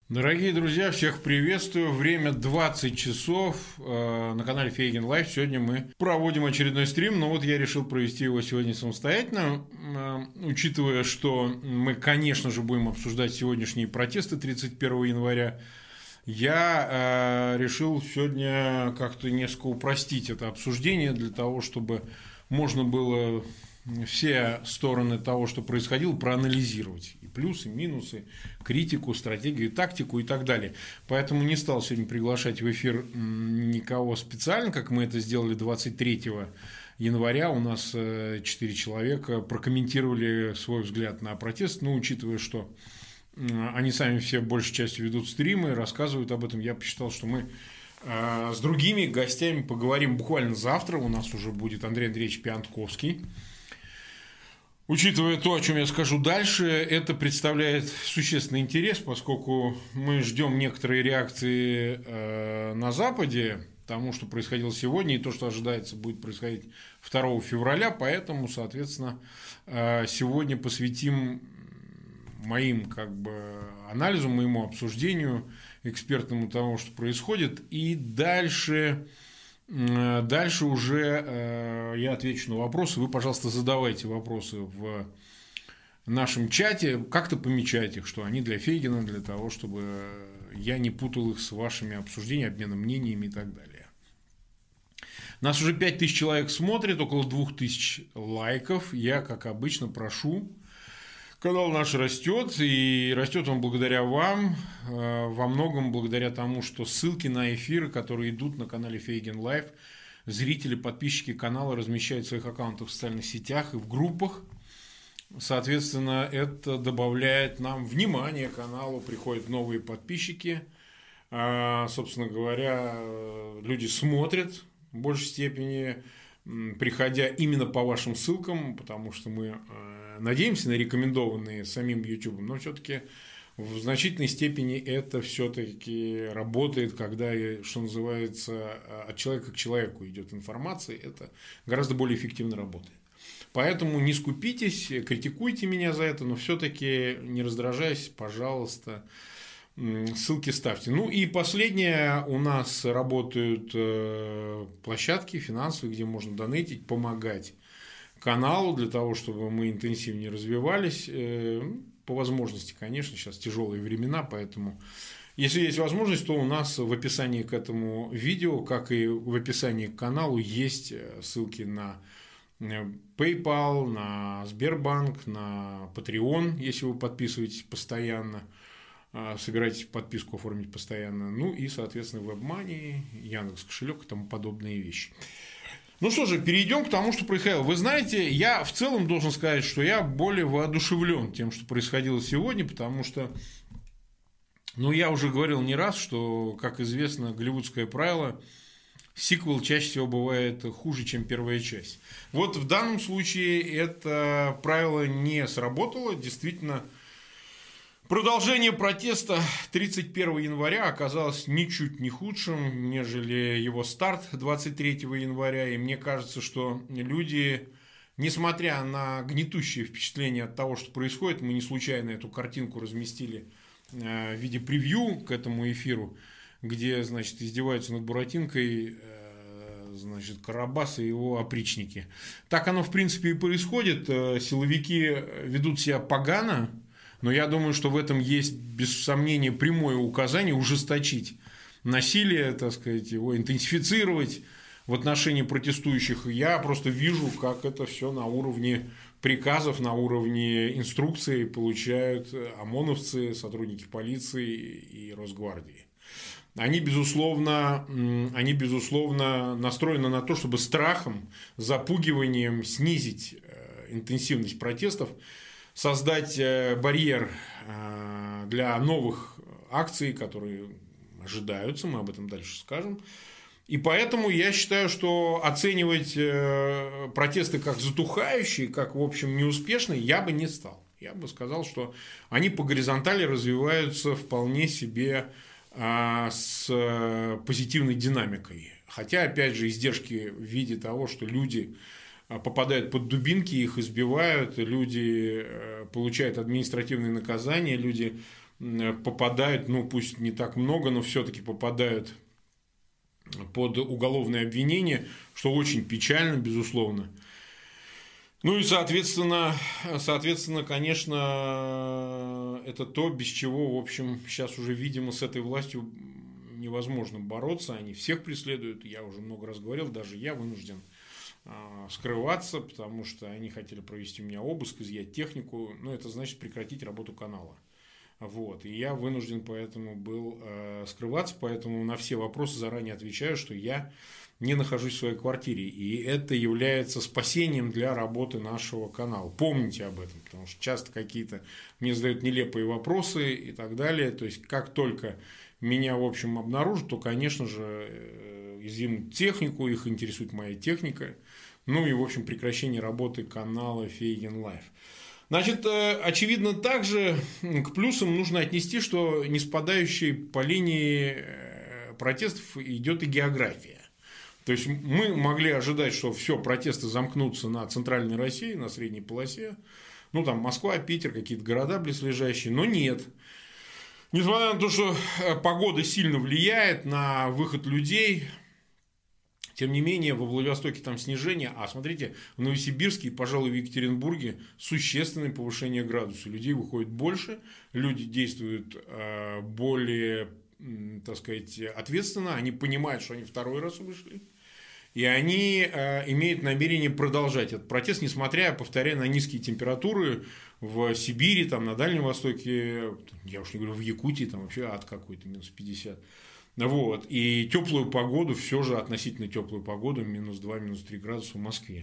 Дорогие друзья, всех приветствую. Время 20 часов на канале Фейгин Лайф. Сегодня мы проводим очередной стрим, но вот я решил провести его сегодня самостоятельно, учитывая, что мы, конечно же, будем обсуждать сегодняшние протесты 31 января. Я решил сегодня как-то несколько упростить это обсуждение для того, чтобы можно было все стороны того, что происходило, проанализировать. И плюсы, и минусы, критику, стратегию, тактику и так далее. Поэтому не стал сегодня приглашать в эфир никого специально, как мы это сделали 23 января. У нас 4 человека прокомментировали свой взгляд на протест. Но учитывая, что они сами все большей частью ведут стримы, рассказывают об этом, я посчитал, что мы с другими гостями поговорим буквально завтра. У нас уже будет Андрей Андреевич Пиантковский. Учитывая то, о чем я скажу дальше, это представляет существенный интерес, поскольку мы ждем некоторые реакции на Западе тому, что происходило сегодня, и то, что ожидается будет происходить 2 февраля. Поэтому, соответственно, сегодня посвятим моим анализу, моему обсуждению экспертному того, что происходит, и дальше уже я отвечу на вопросы. Вы, пожалуйста, задавайте вопросы в нашем чате. Как-то помечайте их, что они для Фейгина, для того, чтобы я не путал их с вашими обсуждениями, обменом мнениями и так далее. Нас уже 5000 человек смотрит, около 2000 лайков. Я, как обычно, прошу. Канал наш растет, и растет он благодаря вам, во многом благодаря тому, что ссылки на эфиры, которые идут на канале Фейгин Лайф, зрители, подписчики канала размещают в своих аккаунтах в социальных сетях и в группах. Соответственно, это добавляет нам внимание каналу, приходят новые подписчики. Собственно говоря, люди смотрят в большей степени, приходя именно по вашим ссылкам, потому что мы надеемся на рекомендованные самим YouTube, но все-таки в значительной степени это все-таки работает, когда, что называется, от человека к человеку идет информация, это гораздо более эффективно работает. Поэтому не скупитесь, критикуйте меня за это, но все-таки не раздражайтесь, пожалуйста, ссылки ставьте. Ну и последнее, у нас работают площадки финансовые, где можно донатить, помогать каналу для того, чтобы мы интенсивнее развивались. По возможности, конечно, сейчас тяжелые времена, поэтому если есть возможность, то у нас в описании к этому видео, как и в описании к каналу, есть ссылки на PayPal, на Сбербанк, на Patreon, если вы подписываетесь постоянно, собираетесь подписку оформить постоянно, ну и, соответственно, WebMoney, Яндекс.Кошелек и тому подобные вещи. Ну что же, перейдем к тому, что происходило. Вы знаете, я в целом должен сказать, что я более воодушевлен тем, что происходило сегодня, потому что, я уже говорил не раз, что, как известно, голливудское правило, сиквел чаще всего бывает хуже, чем первая часть. Вот в данном случае это правило не сработало, действительно. Продолжение протеста 31 января оказалось ничуть не худшим, нежели его старт 23 января. И мне кажется, что люди, несмотря на гнетущее впечатление от того, что происходит, мы не случайно эту картинку разместили в виде превью к этому эфиру, где, значит, издеваются над Буратинкой, значит, Карабас и его опричники. Так оно, в принципе, и происходит. Силовики ведут себя погано. Но я думаю, что в этом есть, без сомнения, прямое указание ужесточить насилие, так сказать, его интенсифицировать в отношении протестующих. Я просто вижу, как это все на уровне приказов, на уровне инструкций получают ОМОНовцы, сотрудники полиции и Росгвардии. Они, безусловно, настроены на то, чтобы страхом, запугиванием снизить интенсивность протестов, создать барьер для новых акций, которые ожидаются, мы об этом дальше скажем. И поэтому я считаю, что оценивать протесты как затухающие, как, в общем, неуспешные, я бы не стал. Я бы сказал, что они по горизонтали развиваются вполне себе с позитивной динамикой. Хотя, опять же, издержки в виде того, что люди попадают под дубинки, их избивают, люди получают административные наказания, люди попадают, ну пусть не так много, но все-таки попадают под уголовное обвинение, что очень печально, безусловно. Ну и, соответственно, конечно, это то, без чего, в общем, сейчас уже, видимо, с этой властью невозможно бороться. Они всех преследуют. Я уже много раз говорил, даже я вынужден скрываться, потому что они хотели провести у меня обыск, изъять технику. Но это значит прекратить работу канала. Вот. И я вынужден поэтому был скрываться, поэтому на все вопросы заранее отвечаю, что я не нахожусь в своей квартире. И это является спасением для работы нашего канала. Помните об этом, потому что часто какие-то мне задают нелепые вопросы и так далее. То есть, как только меня, в общем, обнаружат, то, конечно же, изъемут технику, их интересует моя техника. Ну и, в общем, прекращение работы канала Фейгин Лайв. Значит, очевидно, также к плюсам нужно отнести, что не спадающей по линии протестов идет и география. То есть мы могли ожидать, что все, протесты замкнутся на центральной России, на средней полосе. Ну, там Москва, Питер, какие-то города близлежащие, но нет. Несмотря на то, что погода сильно влияет на выход людей, тем не менее, во Владивостоке там снижение, а смотрите, в Новосибирске и, пожалуй, в Екатеринбурге существенное повышение градуса. Людей выходит больше, люди действуют более, так сказать, ответственно, они понимают, что они второй раз вышли, и они имеют намерение продолжать этот протест, несмотря, повторяю, на низкие температуры в Сибири, там, на Дальнем Востоке, я уж не говорю, в Якутии, там вообще ад какой-то, минус 50. Вот. И теплую погоду, все же относительно теплую погоду, минус 2, минус 3 градуса в Москве.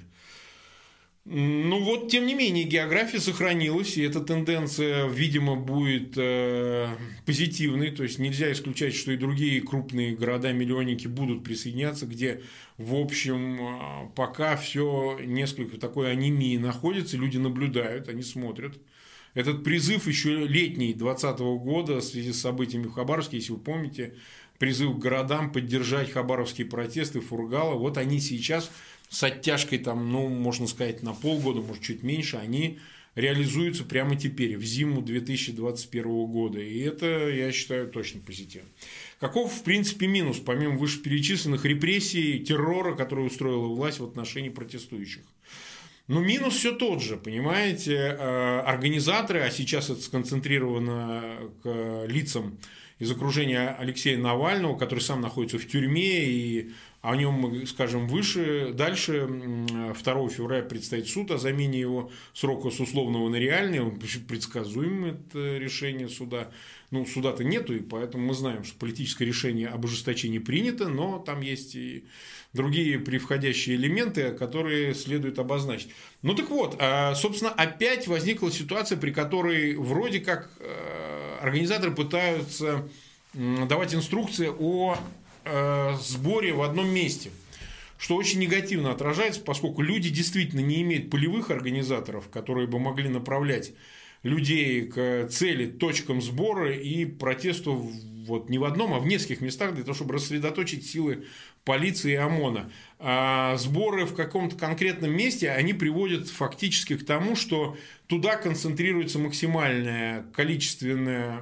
Ну вот, тем не менее, география сохранилась, и эта тенденция, видимо, будет позитивной. То есть нельзя исключать, что и другие крупные города-миллионники будут присоединяться, где, в общем, пока все несколько такой анемии находится, люди наблюдают, они смотрят. Этот призыв еще летний 2020 года в связи с событиями в Хабаровске, если вы помните, призыв к городам поддержать хабаровские протесты Фургала, вот они сейчас с оттяжкой, там, ну, можно сказать, на полгода, может, чуть меньше, они реализуются прямо теперь, в зиму 2021 года. И это, я считаю, точно позитивно. Каков, в принципе, минус, помимо вышеперечисленных репрессий, террора, который устроила власть в отношении протестующих? Но минус все тот же, понимаете, организаторы, а сейчас это сконцентрировано к лицам из окружения Алексея Навального, который сам находится в тюрьме, и о нем мы скажем выше. Дальше 2 февраля предстоит суд о замене его срока с условного на реальный. Предсказуемо это решение суда. Ну, суда-то нету, и поэтому мы знаем, что политическое решение об ужесточении принято, но там есть и другие превходящие элементы, которые следует обозначить. Ну так вот, собственно, опять возникла ситуация, при которой вроде как организаторы пытаются давать инструкции о сборе в одном месте, что очень негативно отражается, поскольку люди действительно не имеют полевых организаторов, которые бы могли направлять людей к цели, точкам сбора и протесту вот не в одном, а в нескольких местах для того, чтобы рассредоточить силы полиции и ОМОНа. А сборы в каком-то конкретном месте, они приводят фактически к тому, что туда концентрируется максимальная количественная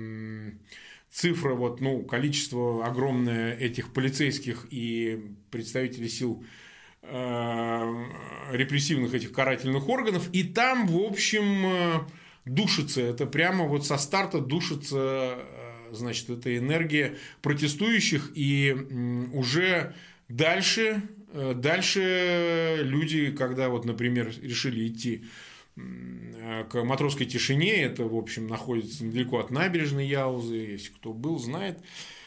цифра, вот, ну, количество огромное этих полицейских и представителей сил репрессивных этих карательных органов, и там, в общем, душится, это прямо вот со старта душится, значит, эта энергия протестующих, и уже дальше люди, когда вот, например, решили идти к Матросской тишине, это, в общем, находится недалеко от набережной Яузы, если кто был, знает,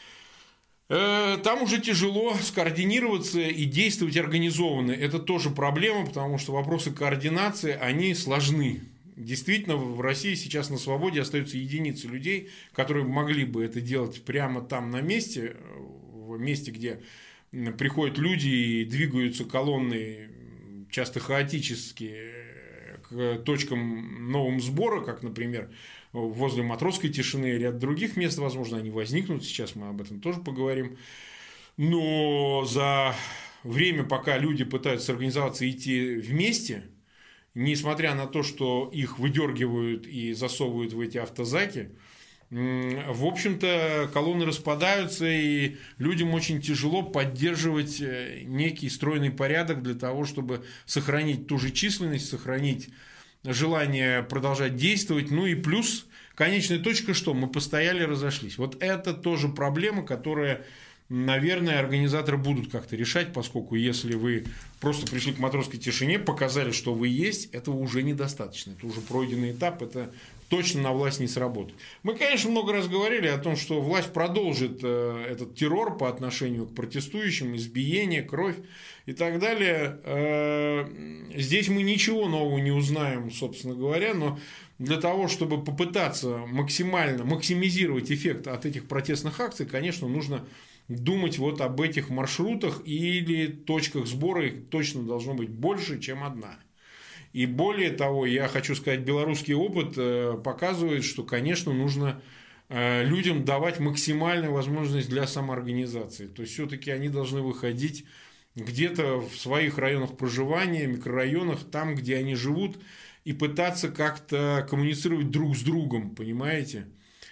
там уже тяжело скоординироваться и действовать организованно. Это тоже проблема, потому что вопросы координации, они сложны. Действительно, в России сейчас на свободе остаются единицы людей, которые могли бы это делать прямо там на месте, в месте, где приходят люди и двигаются колонны, часто хаотически, к точкам новым сбора, как, например, возле Матросской тишины и ряд других мест, возможно, они возникнут, сейчас мы об этом тоже поговорим. Но за время, пока люди пытаются организоваться и идти вместе, несмотря на то, что их выдергивают и засовывают в эти автозаки, в общем-то, колонны распадаются, и людям очень тяжело поддерживать некий стройный порядок для того, чтобы сохранить ту же численность, сохранить желание продолжать действовать. Ну и плюс конечная точка, что мы постояли, разошлись. Вот это тоже проблема, которая, наверное, организаторы будут как-то решать, поскольку если вы просто пришли к матросской тишине, показали, что вы есть, этого уже недостаточно. Это уже пройденный этап, это точно на власть не сработает. Мы, конечно, много раз говорили о том, что власть продолжит этот террор по отношению к протестующим, избиение, кровь и так далее. Здесь мы ничего нового не узнаем, собственно говоря, но для того, чтобы попытаться максимально максимизировать эффект от этих протестных акций, конечно, нужно думать вот об этих маршрутах или точках сбора. Их точно должно быть больше, чем одна. И более того, я хочу сказать, белорусский опыт показывает, что, конечно, нужно людям давать максимальную возможность для самоорганизации. То есть, все-таки они должны выходить где-то в своих районах проживания, микрорайонах, там, где они живут, и пытаться как-то коммуницировать друг с другом, понимаете?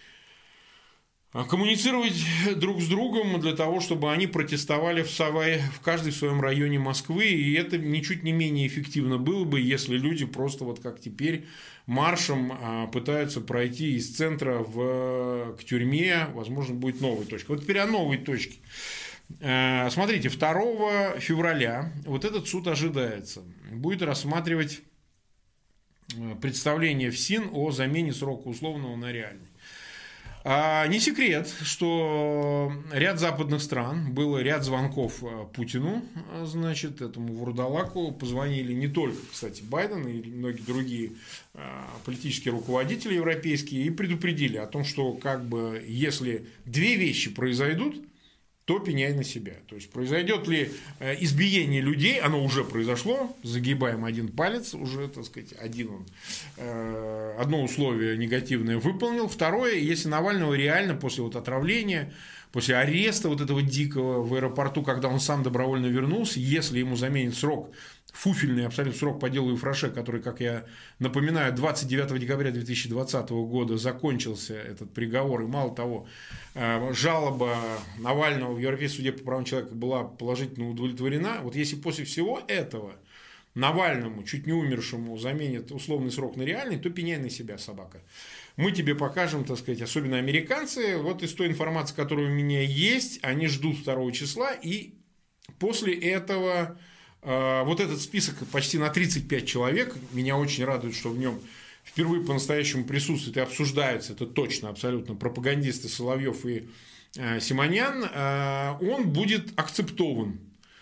Коммуницировать друг с другом для того, чтобы они протестовали в каждой в своем районе Москвы. И это ничуть не менее эффективно было бы, если люди просто вот как теперь маршем пытаются пройти из центра к тюрьме. Возможно, будет новая точка. Вот теперь о новой точке. Смотрите, 2 февраля вот этот суд ожидается. Будет рассматривать представление в СИН о замене срока условного на реальный. Не секрет, что ряд западных стран, было ряд звонков Путину, значит, этому вурдалаку, позвонили не только, кстати, Байден и многие другие политические руководители европейские, и предупредили о том, что как бы если 2 вещи произойдут, то пеняй на себя. То есть, произойдет ли избиение людей, оно уже произошло, загибаем один палец, уже, так сказать, одно условие негативное выполнил. Второе, если Навального реально после вот отравления, после ареста вот этого дикого в аэропорту, когда он сам добровольно вернулся, если ему заменит срок, фуфельный абсолютно срок по делу Ефраше, который, как я напоминаю, 29 декабря 2020 года закончился этот приговор, и мало того, жалоба Навального в Европейском суде по правам человека была положительно удовлетворена. Вот если после всего этого Навальному, чуть не умершему, заменит условный срок на реальный, то пеняй на себя, собака. Мы тебе покажем, так сказать, особенно американцы, вот из той информации, которая у меня есть, они ждут 2 числа, и после этого вот этот список почти на 35 человек, меня очень радует, что в нем впервые по-настоящему присутствуют и обсуждаются, это точно, абсолютно, пропагандисты Соловьев и Симоньян, он будет акцептован.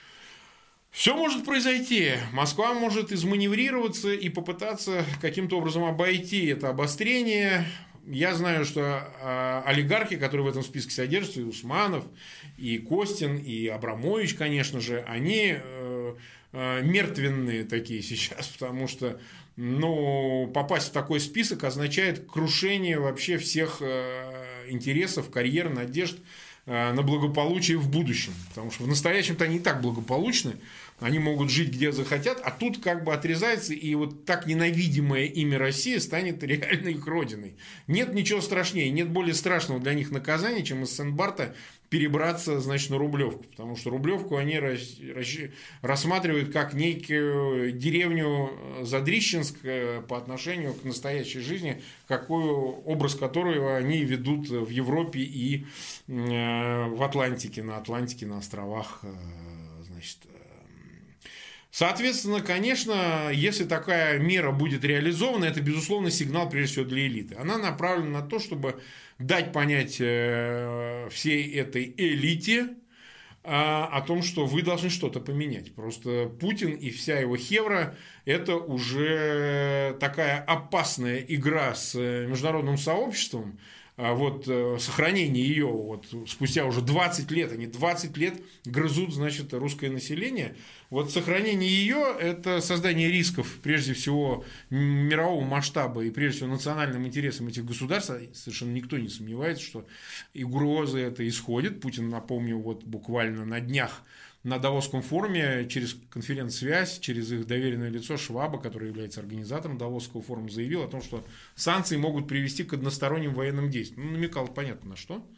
Все может произойти. Москва может изманеврироваться и попытаться каким-то образом обойти это обострение. Я знаю, что олигархи, которые в этом списке содержатся, и Усманов, и Костин, и Абрамович, конечно же, они мертвенные такие сейчас, потому что попасть в такой список означает крушение вообще всех интересов, карьер, надежд на благополучие в будущем. Потому что в настоящем-то они и так благополучны, они могут жить где захотят, а тут как бы отрезается, и вот так ненавидимое имя Россия станет реальной их родиной. Нет ничего страшнее, нет более страшного для них наказания, чем из Сен-Барта перебраться, значит, на Рублевку. Потому что Рублевку они рассматривают как некую деревню Задрищенск по отношению к настоящей жизни, образ которого они ведут в Европе и в Атлантике, на островах, значит. Соответственно, конечно, если такая мера будет реализована, это, безусловно, сигнал, прежде всего, для элиты. Она направлена на то, чтобы дать понять всей этой элите о том, что вы должны что-то поменять. Просто Путин и вся его хевра – это уже такая опасная игра с международным сообществом. Сохранение ее спустя уже 20 лет, они 20 лет грызут, значит, русское население, Вот сохранение ее – это создание рисков, прежде всего, мирового масштаба и, прежде всего, национальным интересам этих государств. Совершенно никто не сомневается, что и угрозы это исходит. Путин, напомню, вот буквально на днях на Давосском форуме через конференц-связь, через их доверенное лицо Шваба, который является организатором Давосского форума, заявил о том, что санкции могут привести к односторонним военным действиям. Ну, намекал понятно на что.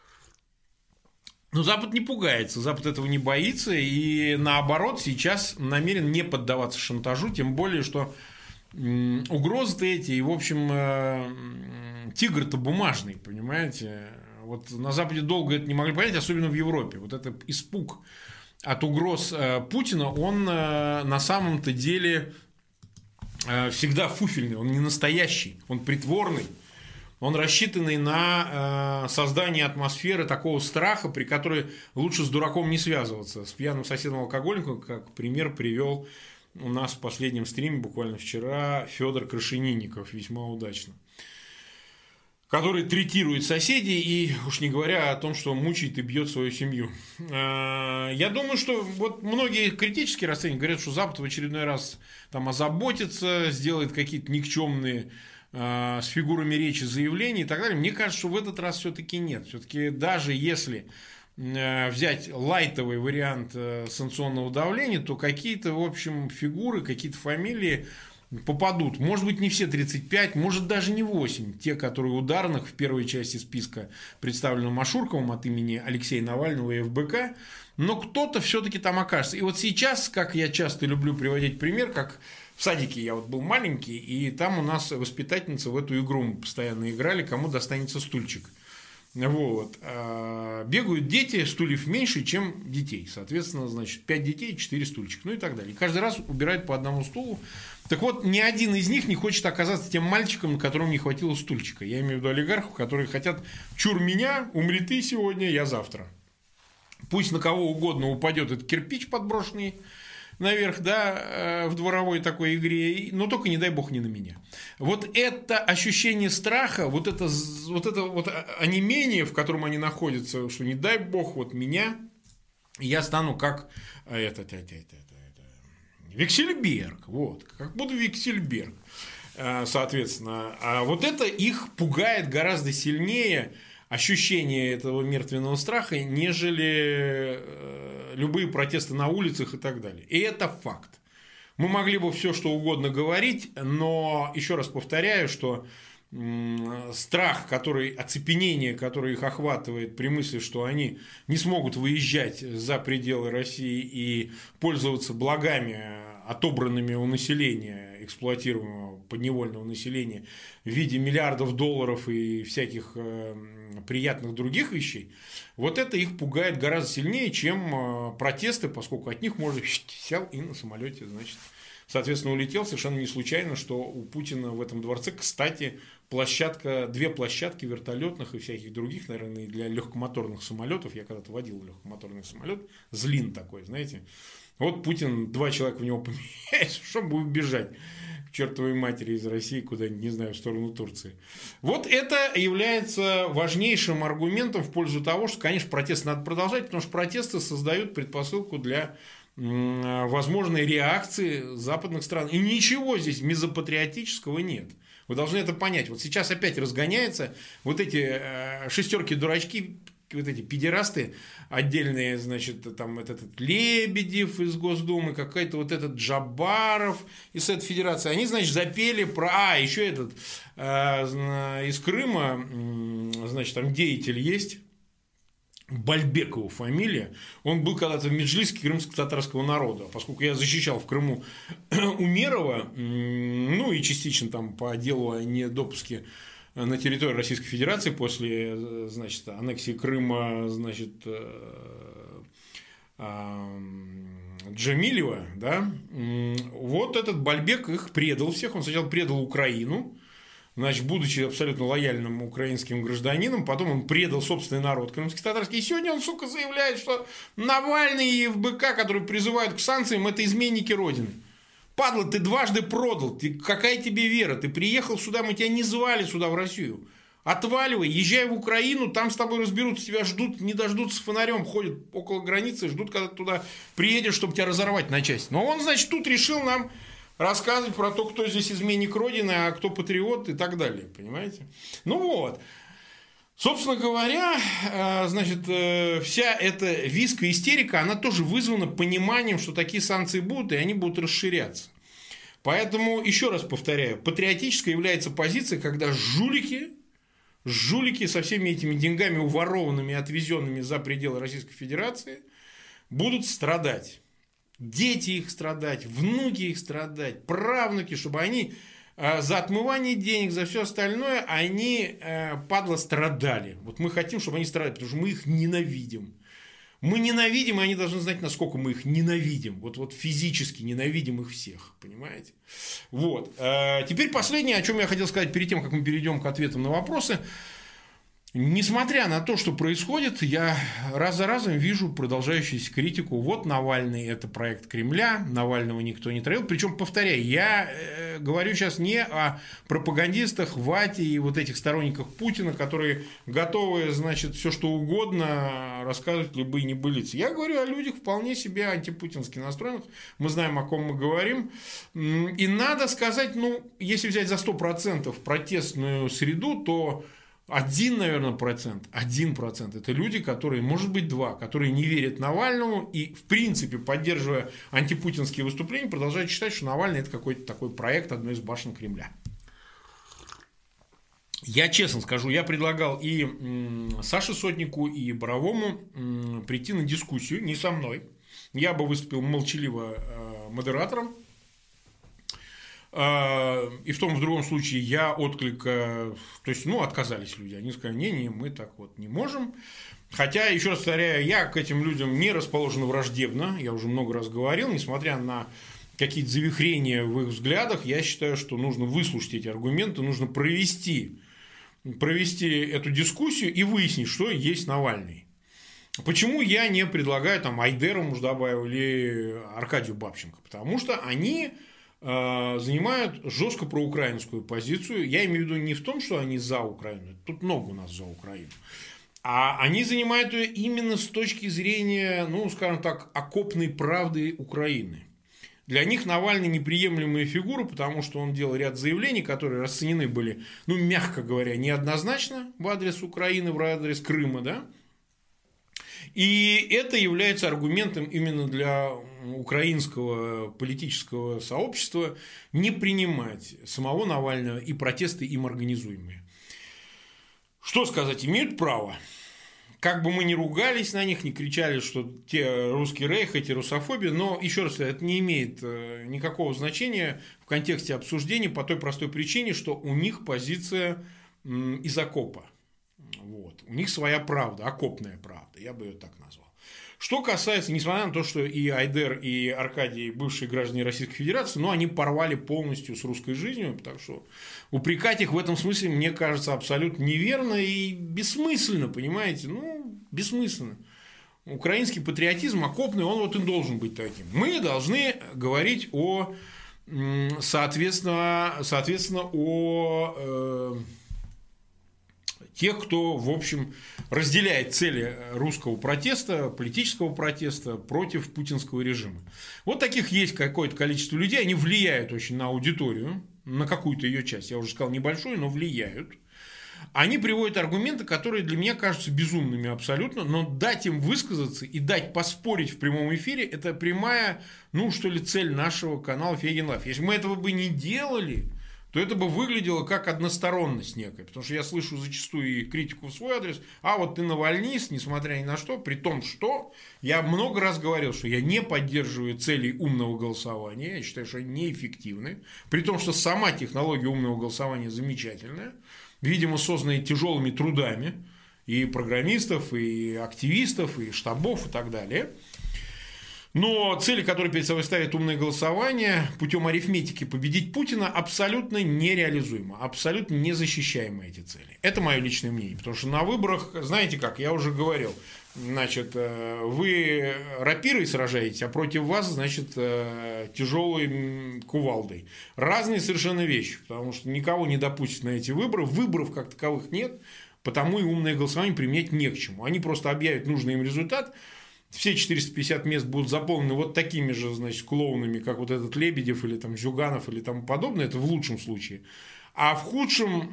Но Запад не пугается, Запад этого не боится и наоборот сейчас намерен не поддаваться шантажу, тем более, что угрозы-то эти, и в общем тигр-то бумажный, понимаете. Вот на Западе долго это не могли понять, особенно в Европе. Вот этот испуг от угроз Путина, он на самом-то деле всегда фуфельный, он не настоящий, он притворный. Он рассчитанный на создание атмосферы такого страха, при которой лучше с дураком не связываться. С пьяным соседом-алкоголиком, как пример, привел у нас в последнем стриме, буквально вчера, Федор Крашенинников, весьма удачно. Который третирует соседей и, уж не говоря о том, что мучает и бьет свою семью. Я думаю, что вот многие критически расценивают, говорят, что Запад в очередной раз там озаботится, сделает какие-то никчемные с фигурами речи заявлений и так далее. Мне кажется, что в этот раз все-таки нет. Все-таки даже если взять лайтовый вариант санкционного давления, то какие-то, в общем, фигуры, какие-то фамилии попадут. Может быть, не все 35, может даже не 8. Те, которые ударных в первой части списка, представленного Машурковым от имени Алексея Навального и ФБК, но кто-то все-таки там окажется. И вот сейчас, как я часто люблю приводить пример, как в садике я вот был маленький, и там у нас воспитательница в эту игру мы постоянно играли, кому достанется стульчик. Вот. Бегают дети, стульев меньше, чем детей. Соответственно, значит, 5 детей, 4 стульчика. Ну и так далее. И каждый раз убирают по одному стулу. Так вот, ни один из них не хочет оказаться тем мальчиком, на котором не хватило стульчика. Я имею в виду олигархов, которые хотят: чур меня, умри ты сегодня, я завтра. Пусть на кого угодно упадет этот кирпич подброшенный наверх, да, в дворовой такой игре, но только, не дай бог, не на меня. Вот это ощущение страха, вот это онемение, в котором они находятся, что не дай бог вот меня, я стану как Виксельберг, вот, как буду Виксельберг, соответственно. А вот это их пугает гораздо сильнее, ощущение этого мертвенного страха, нежели любые протесты на улицах и так далее. И это факт. Мы могли бы все что угодно говорить, но еще раз повторяю, что страх, оцепенение, которое их охватывает при мысли, что они не смогут выезжать за пределы России и пользоваться благами, отобранными у населения, эксплуатируемого подневольного населения в виде миллиардов долларов и всяких приятных других вещей, вот это их пугает гораздо сильнее, чем протесты, поскольку от них можно сел и на самолете, значит, соответственно, улетел. Совершенно не случайно, что у Путина в этом дворце, кстати, две площадки вертолетных и всяких других, наверное, для легкомоторных самолетов. Я когда-то водил легкомоторный самолет, Злин такой, знаете. Вот Путин, 2 человека в него поменяет, чтобы убежать к чертовой матери из России куда-нибудь, не знаю, в сторону Турции. Вот это является важнейшим аргументом в пользу того, что, конечно, протесты надо продолжать, потому что протесты создают предпосылку для возможной реакции западных стран. И ничего здесь мезопатриотического нет. Вы должны это понять. Вот сейчас опять разгоняется вот эти шестерки-дурачки, вот эти педерасты отдельные, значит, там этот Лебедев из Госдумы, какой-то вот этот Джабаров из Совета Федерации, они, значит, запели про... еще этот из Крыма, значит, там деятель есть, Бальбекова фамилия, он был когда-то в Меджлисе крымско-татарского народа, поскольку я защищал в Крыму Умерова, ну и частично там по делу о недопуске на территории Российской Федерации после, значит, аннексии Крыма, значит, Джамилева, да, вот этот Бальбек их предал всех, он сначала предал Украину, значит, будучи абсолютно лояльным украинским гражданином, потом он предал собственный народ крымско-татарский, и сегодня он, сука, заявляет, что Навальный и ФБК, которые призывают к санкциям, это изменники Родины. Падла, ты дважды продал, какая тебе вера? Ты приехал сюда, мы тебя не звали сюда, в Россию. Отваливай, езжай в Украину, там с тобой разберутся, тебя ждут, не дождутся, фонарем ходят около границы, ждут, когда ты туда приедешь, чтобы тебя разорвать на части. Но он, значит, тут решил нам рассказывать про то, кто здесь изменник Родины, а кто патриот и так далее, понимаете? Ну вот. Собственно говоря, значит, вся эта визг и истерика, она тоже вызвана пониманием, что такие санкции будут, и они будут расширяться. Поэтому, еще раз повторяю, патриотической является позиция, когда жулики со всеми этими деньгами, уворованными и отвезенными за пределы Российской Федерации, будут страдать. Дети их страдать, внуки их страдать, правнуки, чтобы они за отмывание денег, за все остальное, они, падла, страдали. Вот мы хотим, чтобы они страдали, потому что мы их ненавидим. Мы ненавидим, и они должны знать, насколько мы их ненавидим. Вот физически ненавидим их всех, понимаете? Вот. Теперь последнее, о чем я хотел сказать перед тем, как мы перейдем к ответам на вопросы. Несмотря на то, что происходит, я раз за разом вижу продолжающуюся критику. Вот Навальный – это проект Кремля, Навального никто не травил. Причем, повторяю, я говорю сейчас не о пропагандистах, вате и вот этих сторонниках Путина, которые готовы, значит, все что угодно рассказывать любые небылицы. Я говорю о людях вполне себе антипутински настроенных. Мы знаем, о ком мы говорим. И надо сказать, ну, если взять за 100% протестную среду, то 1%, наверное, 1% это люди, которые, может быть, 2%, которые не верят Навальному и, в принципе, поддерживая антипутинские выступления, продолжают считать, что Навальный – это какой-то такой проект одной из башен Кремля. Я честно скажу, я предлагал и Саше Сотнику, и Боровому прийти на дискуссию, не со мной. Я бы выступил молчаливо модератором. И в том, в другом случае я отклика, то есть, ну, отказались люди. Они сказали, не, мы так вот не можем. Хотя, еще раз повторяю, я к этим людям не расположен враждебно. Я уже много раз говорил, несмотря на какие-то завихрения в их взглядах, я считаю, что нужно выслушать эти аргументы, нужно провести эту дискуссию и выяснить, что есть Навальный. Почему я не предлагаю там Айдеру Муждабаеву или Аркадию Бабченко? Потому что они занимают жестко проукраинскую позицию. Я имею в виду не в том, что они за Украину, тут много у нас за Украину, а они занимают ее именно с точки зрения, ну, скажем так, окопной правды Украины. Для них Навальный неприемлемая фигура, потому что он делал ряд заявлений, которые расценены были, ну, мягко говоря, неоднозначно в адрес Украины, в адрес Крыма, да. И это является аргументом именно для украинского политического сообщества не принимать самого Навального и протесты им организуемые. Что сказать, имеют право. Как бы мы ни ругались на них, ни кричали, что те русский рейх, эти русофобия, но, еще раз, это не имеет никакого значения в контексте обсуждения по той простой причине, что у них позиция из окопа. Вот. У них своя правда, окопная правда, я бы ее так назвал. Что касается, несмотря на то, что и Айдер, и Аркадий бывшие граждане Российской Федерации, но они порвали полностью с русской жизнью, так что упрекать их в этом смысле, мне кажется, абсолютно неверно и бессмысленно, понимаете, ну, бессмысленно. Украинский патриотизм окопный, он вот и должен быть таким. Мы должны говорить о, соответственно, о тех, кто, в общем, разделяет цели русского протеста, политического протеста против путинского режима. Вот таких есть какое-то количество людей, они влияют очень на аудиторию, на какую-то ее часть, я уже сказал, небольшую, но влияют. Они приводят аргументы, которые для меня кажутся безумными абсолютно, но дать им высказаться и дать поспорить в прямом эфире – это прямая, ну, что ли, цель нашего канала Фейгин Лайв. Если мы этого бы не делали, то это бы выглядело как односторонность некая. Потому что я слышу зачастую и критику в свой адрес. А вот ты навальнист, несмотря ни на что. При том, что я много раз говорил, что я не поддерживаю целей умного голосования. Я считаю, что они неэффективны. При том, что сама технология умного голосования замечательная. Видимо, созданная тяжелыми трудами и программистов, и активистов, и штабов, и так далее. Но цели, которые перед собой ставит умное голосование, путем арифметики победить Путина, абсолютно нереализуемо, абсолютно незащищаемы эти цели. Это мое личное мнение, потому что на выборах, знаете как, я уже говорил, значит, вы рапирой сражаетесь, а против вас, значит, тяжелой кувалдой. Разные совершенно вещи, потому что никого не допустят на эти выборы, выборов как таковых нет, потому и умное голосование применять не к чему. Они просто объявят нужный им результат. Все 450 мест будут заполнены вот такими же, значит, клоунами, как вот этот Лебедев или там Зюганов или тому подобное. Это в лучшем случае. А в худшем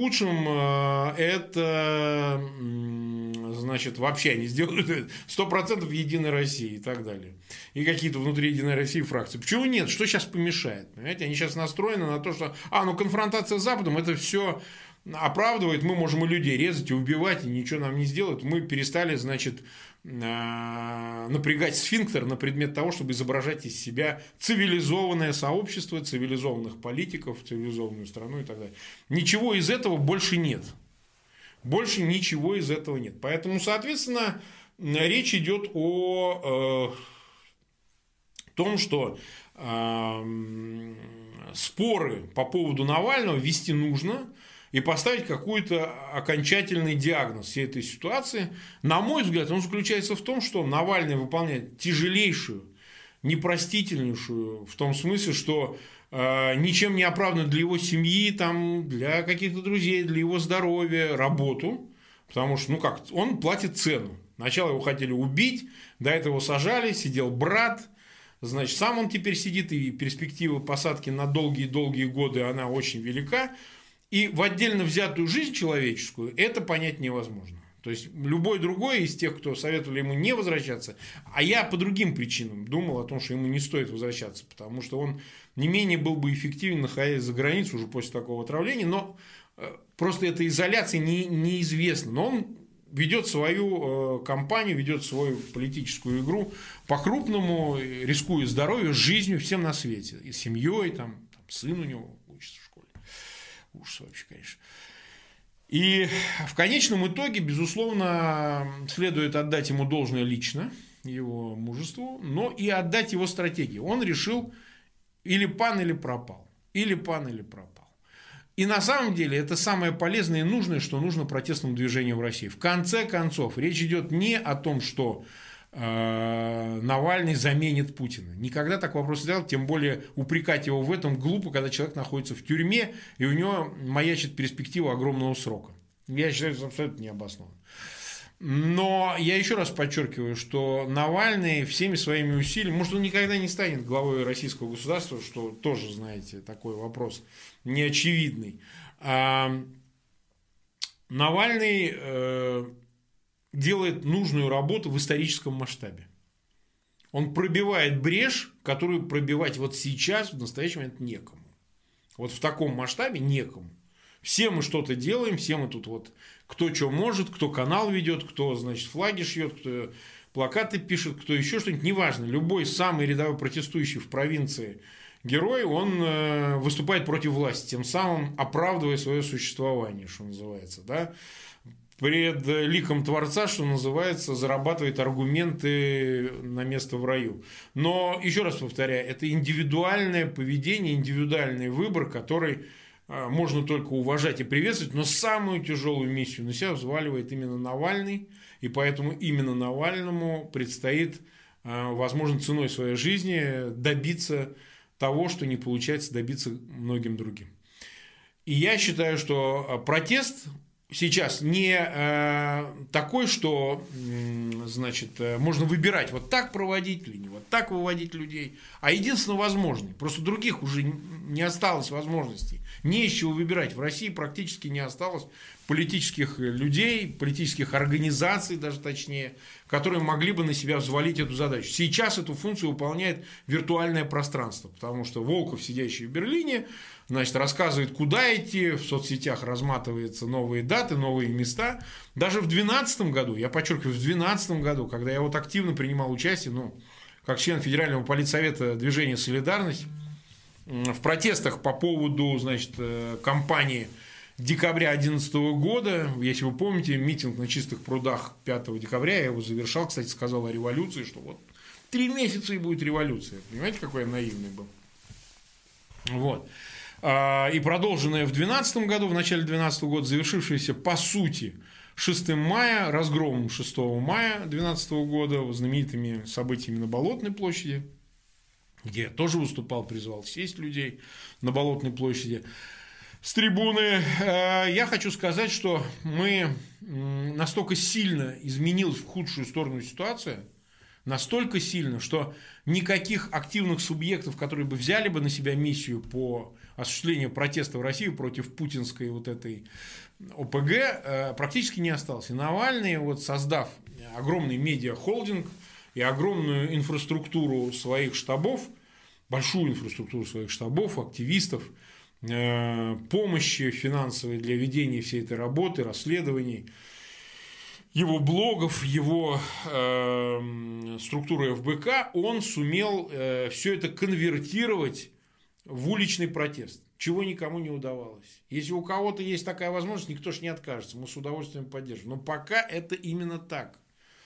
это, значит, вообще они сделают 100% Единой России и так далее. И какие-то внутри Единой России фракции. Почему нет? Что сейчас помешает? Понимаете, они сейчас настроены на то, что, конфронтация с Западом, это все оправдывает, мы можем и людей резать, и убивать, и ничего нам не сделают. Мы перестали, значит, напрягать сфинктер на предмет того, чтобы изображать из себя цивилизованное сообщество, цивилизованных политиков, цивилизованную страну и так далее. Ничего из этого больше нет. Больше ничего из этого нет. Поэтому, соответственно, речь идет о том, что споры по поводу Навального вести нужно и поставить какой-то окончательный диагноз всей этой ситуации. На мой взгляд, он заключается в том, что Навальный выполняет тяжелейшую, непростительнейшую, в том смысле, что ничем не оправданную для его семьи, там, для каких-то друзей, для его здоровья работу. Потому что, он платит цену. Сначала его хотели убить, до этого сажали, сидел брат. Значит, сам он теперь сидит, и перспектива посадки на долгие-долгие годы, она очень велика. И в отдельно взятую жизнь человеческую это понять невозможно. То есть, любой другой из тех, кто советовали ему не возвращаться, а я по другим причинам думал о том, что ему не стоит возвращаться, потому что он не менее был бы эффективен, находясь за границей уже после такого отравления, но просто эта изоляция неизвестна. Но он ведет свою кампанию, ведет свою политическую игру по-крупному, рискуя здоровьем, жизнью, всем на свете. И семьей, там сын у него учится в школе. Ужас вообще, конечно. И в конечном итоге, безусловно, следует отдать ему должное лично, его мужеству, но и отдать его стратегии. Он решил или пан, или пропал. Или пан, или пропал. И на самом деле это самое полезное и нужное, что нужно протестному движению в России. В конце концов, речь идет не о том, что Навальный заменит Путина. Никогда так вопрос не стоял, тем более упрекать его в этом глупо, когда человек находится в тюрьме, и у него маячит перспектива огромного срока. Я считаю, это абсолютно необоснованно. Но я еще раз подчеркиваю, что Навальный всеми своими усилиями, может, он никогда не станет главой российского государства, что тоже, знаете, такой вопрос неочевидный. Навальный делает нужную работу в историческом масштабе. Он пробивает брешь, которую пробивать вот сейчас, в настоящий момент, некому. Вот в таком масштабе некому. Все мы что-то делаем, все мы тут вот кто что может, кто канал ведет, кто, значит, флаги шьет, кто плакаты пишет, кто еще что-нибудь, неважно. Любой самый рядовой протестующий в провинции герой, он выступает против власти, тем самым оправдывая свое существование, что называется, да. Пред ликом Творца, что называется, зарабатывает аргументы на место в раю. Но, еще раз повторяю, это индивидуальное поведение, индивидуальный выбор, который можно только уважать и приветствовать, но самую тяжелую миссию на себя взваливает именно Навальный, и поэтому именно Навальному предстоит, возможно, ценой своей жизни добиться того, что не получается добиться многим другим. И я считаю, что протест сейчас не такой, что, значит, можно выбирать, вот так проводить или не вот так выводить людей, а единственно возможный. Просто других уже не осталось возможностей. Не из чего выбирать. В России практически не осталось политических людей, политических организаций, даже точнее, которые могли бы на себя взвалить эту задачу. Сейчас эту функцию выполняет виртуальное пространство, потому что Волков, сидящий в Берлине, значит, рассказывает, куда идти, в соцсетях разматываются новые даты, новые места. Даже в 2012 году, я подчеркиваю, в 2012 году, когда я вот активно принимал участие, как член Федерального политсовета движения «Солидарность», в протестах по поводу, значит, кампании декабря 2011 года, если вы помните, митинг на Чистых прудах 5 декабря, я его завершал, кстати, сказал о революции, что вот 3 месяца и будет революция. Понимаете, какой я наивный был? Вот. И продолженная в 2012 году, в начале 2012 года, завершившаяся по сути 6 мая, разгромом 6 мая 2012 года, знаменитыми событиями на Болотной площади, где я тоже выступал, призвал сесть людей на Болотной площади с трибуны. Я хочу сказать, что мы настолько сильно изменилась в худшую сторону ситуация, настолько сильно, что никаких активных субъектов, которые бы взяли бы на себя миссию по осуществлению протеста в России против путинской вот этой ОПГ, практически не осталось. И Навальный, вот создав огромный медиа-холдинг и огромную инфраструктуру своих штабов, большую инфраструктуру своих штабов, активистов, помощи финансовой для ведения всей этой работы, расследований, его блогов, его структуры ФБК, он сумел все это конвертировать в уличный протест, чего никому не удавалось. Если у кого-то есть такая возможность, никто же не откажется, мы с удовольствием поддержим. Но пока это именно так.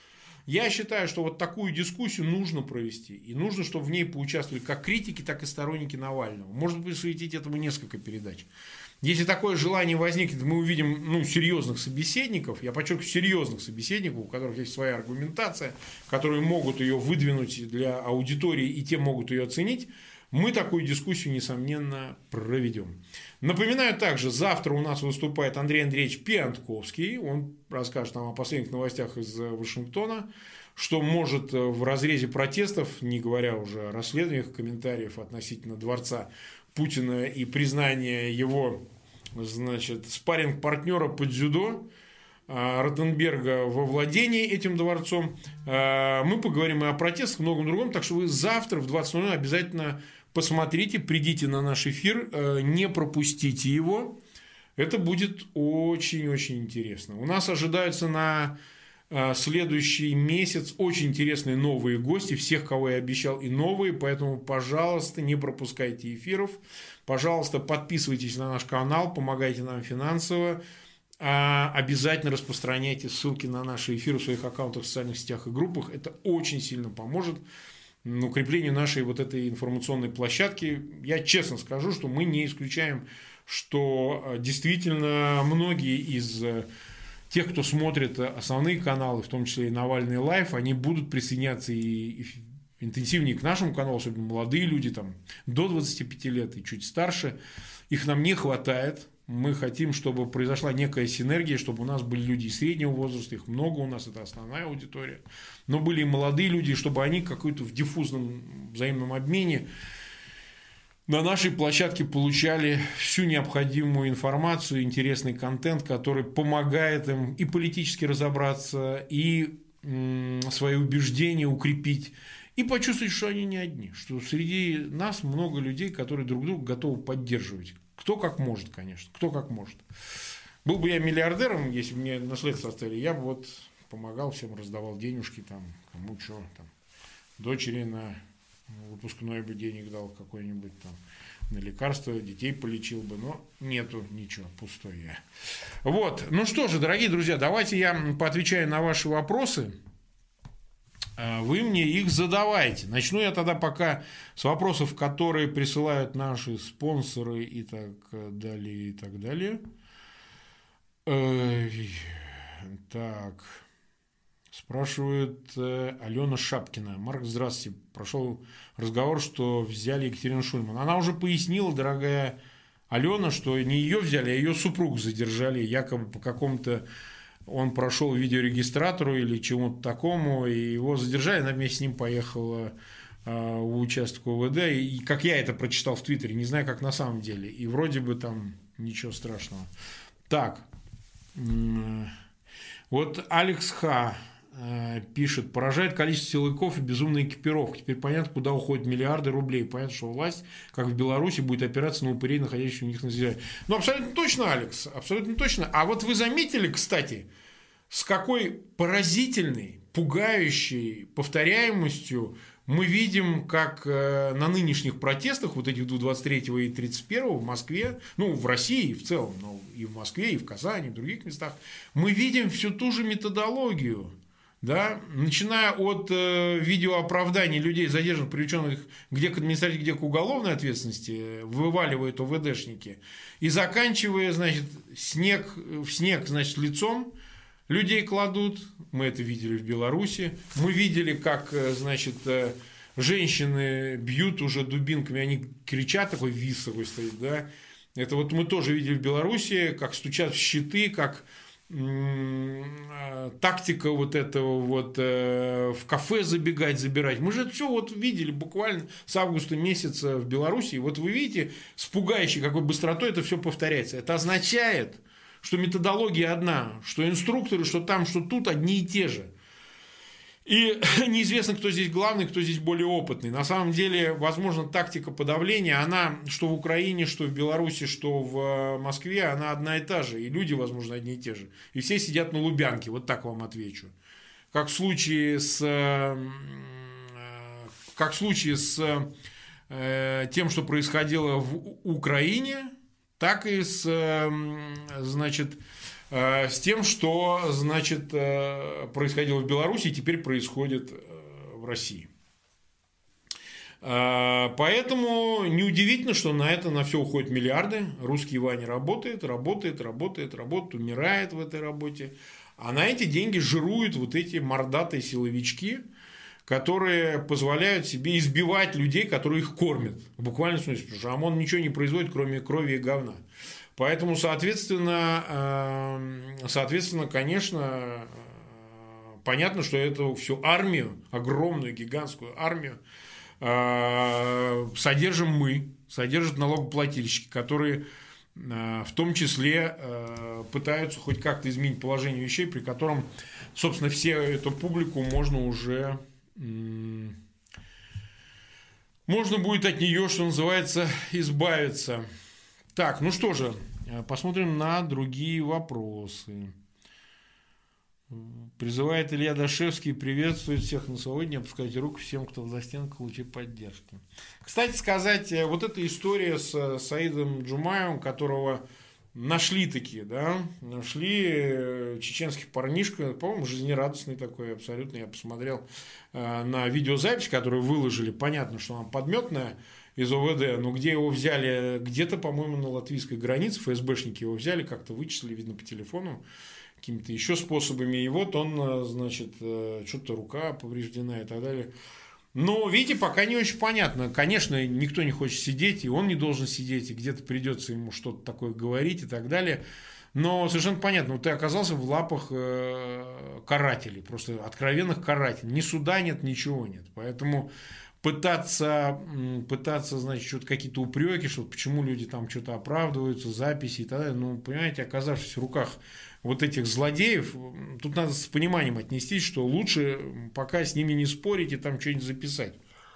Я считаю, что вот такую дискуссию нужно провести. И нужно, чтобы в ней поучаствовали как критики, так и сторонники Навального. Может быть, посвятить этому несколько передач. Если такое желание возникнет, мы увидим серьезных собеседников, я подчеркиваю, серьезных собеседников, у которых есть своя аргументация, которые могут ее выдвинуть для аудитории, и те могут ее оценить, мы такую дискуссию, несомненно, проведем. Напоминаю также, завтра у нас выступает Андрей Андреевич Пиантковский. Он расскажет нам о последних новостях из Вашингтона, что может в разрезе протестов, не говоря уже о расследованиях, комментариев относительно дворца Путина и признания его, значит, спарринг-партнера по дзюдо Ротенберга во владении этим дворцом. Мы поговорим и о протестах, и многом другом. Так что вы завтра в 20:00 обязательно посмотрите, придите на наш эфир, не пропустите его. Это будет очень-очень интересно. У нас ожидаются на следующий месяц очень интересные новые гости. Всех, кого я обещал, и новые. Поэтому, пожалуйста, не пропускайте эфиров. Пожалуйста, подписывайтесь на наш канал, помогайте нам финансово. Обязательно распространяйте ссылки на наши эфиры в своих аккаунтах в социальных сетях и группах. Это очень сильно поможет укреплению нашей вот этой информационной площадки. Я честно скажу, что мы не исключаем, что действительно многие из тех, кто смотрит основные каналы, в том числе и Навальный Лайв, они будут присоединяться и интенсивнее к нашему каналу, особенно молодые люди, там, до 25 лет и чуть старше. Их нам не хватает. Мы хотим, чтобы произошла некая синергия, чтобы у нас были люди и среднего возраста, их много у нас, это основная аудитория, но были и молодые люди, чтобы они какой-то в диффузном взаимном обмене на нашей площадке получали всю необходимую информацию, интересный контент, который помогает им и политически разобраться, и свои убеждения укрепить, и почувствовать, что они не одни, что среди нас много людей, которые друг друга готовы поддерживать. Кто как может, конечно, кто как может. Был бы я миллиардером, если бы мне наследство оставили, я бы вот помогал всем, раздавал денежки, там, кому что, там, дочери на выпускной бы денег дал какой-нибудь там, на лекарства, детей полечил бы, но нету ничего, пустой я. Вот, ну что же, дорогие друзья, давайте я поотвечаю на ваши вопросы. Вы мне их задавайте. Начну я тогда пока с вопросов, которые присылают наши спонсоры и так далее, и так далее. Так, спрашивает Алена Шапкина. Марк, здравствуйте. Прошел разговор, что взяли Екатерину Шульман. Она уже пояснила, дорогая Алена, что не ее взяли, а ее супругу задержали, якобы по какому-то... Он прошел видеорегистратору или чему-то такому, и его задержали, она вместе с ним поехала в участок ОВД. И как я это прочитал в Твиттере, не знаю, как на самом деле. И вроде бы там ничего страшного. Так, вот Алекс Х. пишет: поражает количество силовиков и безумная экипировка. Теперь понятно, куда уходят миллиарды рублей. Понятно, что власть, как в Беларуси, будет опираться на упырей, находящихся у них на земле. Ну, абсолютно точно, Алекс, абсолютно точно. А вот вы заметили, кстати, с какой поразительной, пугающей повторяемостью мы видим, как на нынешних протестах, вот этих 23 и 31 в Москве, ну, в России в целом, но и в Москве, и в Казани, и в других местах, мы видим всю ту же методологию. да, начиная от видеооправданий людей, задержанных, привлеченных где к административной, где к уголовной ответственности, вываливают ОВДшники, и заканчивая, значит, в снег, значит, лицом людей кладут. Мы это видели в Беларуси. Мы видели, как, значит, женщины бьют уже дубинками, они кричат, такой виз такой стоит, да. Это вот мы тоже видели в Беларуси, как стучат в щиты, как тактика вот этого вот в кафе забегать, забирать. Мы же это все вот видели буквально с августа месяца в Беларуси. И вот вы видите, с пугающей какой быстротой это все повторяется. Это означает, что методология одна, что инструкторы, что там, что тут одни и те же. И неизвестно, кто здесь главный, кто здесь более опытный. На самом деле, возможно, тактика подавления, она что в Украине, что в Беларуси, что в Москве, она одна и та же. И люди, возможно, одни и те же. И все сидят на Лубянке, вот так вам отвечу. Как в случае с тем, что происходило в Украине, так и с тем, что, значит, происходило в Беларуси и теперь происходит в России. Поэтому неудивительно, что на это на все уходят миллиарды. Русский Ваня работает, умирает в этой работе. А на эти деньги жируют вот эти мордатые силовички, которые позволяют себе избивать людей, которые их кормят. В буквальном смысле, потому что ОМОН ничего не производит, кроме крови и говна. Поэтому, соответственно, конечно, понятно, что эту всю армию, огромную, гигантскую армию, содержим мы, содержат налогоплательщики, которые в том числе пытаются хоть как-то изменить положение вещей, при котором, собственно, всю эту публику можно будет от нее, что называется, избавиться. Так, ну что же, посмотрим на другие вопросы. Призывает Илья Дашевский приветствовать всех на свободе, опускайте руку всем, кто в застенках лучей поддержки. Кстати сказать, вот эта история с Саидом Джумаевым, которого нашли такие, да, нашли чеченских парнишка, по-моему, жизнерадостный такой абсолютно. Я посмотрел на видеозапись, которую выложили, понятно, что она подметная, из ОВД, но где его взяли, где-то, по-моему, на латвийской границе, ФСБшники его взяли, как-то вычислили, видно, по телефону, какими-то еще способами, и вот он, значит, что-то рука повреждена и так далее. Но, видите, пока не очень понятно. Конечно, никто не хочет сидеть, и он не должен сидеть, и где-то придется ему что-то такое говорить и так далее. Но совершенно понятно, вот ты оказался в лапах карателей, просто откровенных карателей. Ни суда нет, ничего нет. Поэтому пытаться, значит, что-то какие-то упреки, что почему люди там что-то оправдываются, записи и так далее. Ну, понимаете, оказавшись в руках вот этих злодеев, тут надо с пониманием отнестись, что лучше пока с ними не спорить и там что-нибудь записать.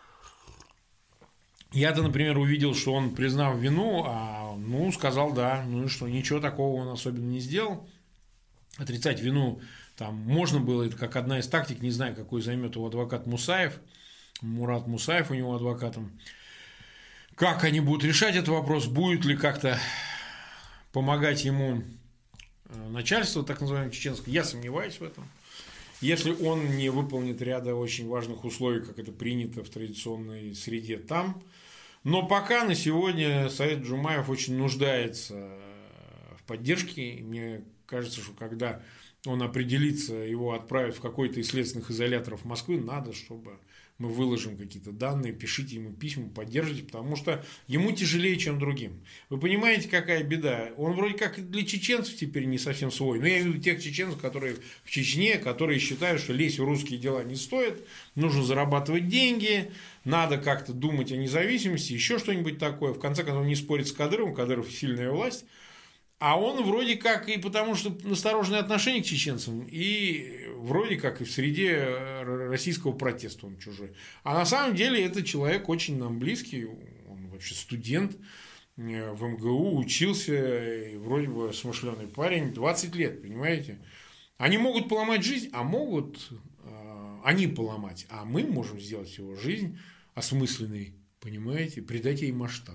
Я-то, например, увидел, что он, признав вину, сказал да, ну и что, ничего такого он особенно не сделал. Отрицать вину там можно было, это как одна из тактик, не знаю, какой займет его адвокат Мусаев, Мурат Мусаев у него адвокатом. Как они будут решать этот вопрос, будет ли как-то помогать ему начальство, так называемое чеченское, я сомневаюсь в этом. Если он не выполнит ряда очень важных условий, как это принято в традиционной среде там. Но пока на сегодня Саид Джумаев очень нуждается в поддержке. И мне кажется, что когда он определится, его отправят в какой-то из следственных изоляторов Москвы, надо, чтобы мы выложим какие-то данные, пишите ему письма, поддержите, потому что ему тяжелее, чем другим. Вы понимаете, какая беда? Он вроде как и для чеченцев теперь не совсем свой. Но я имею в виду тех чеченцев, которые в Чечне, которые считают, что лезть в русские дела не стоит, нужно зарабатывать деньги, надо как-то думать о независимости, еще что-нибудь такое. В конце концов, не спорит с Кадыровым, Кадыров сильная власть. А он вроде как и потому, что настороженное отношение к чеченцам, и вроде как и в среде российского протеста он чужой. А на самом деле это человек очень нам близкий, он вообще студент в МГУ, учился, и вроде бы смышленый парень, 20 лет, понимаете. Они могут поломать жизнь, а могут они поломать, а мы можем сделать его жизнь осмысленной, понимаете, придать ей масштаб.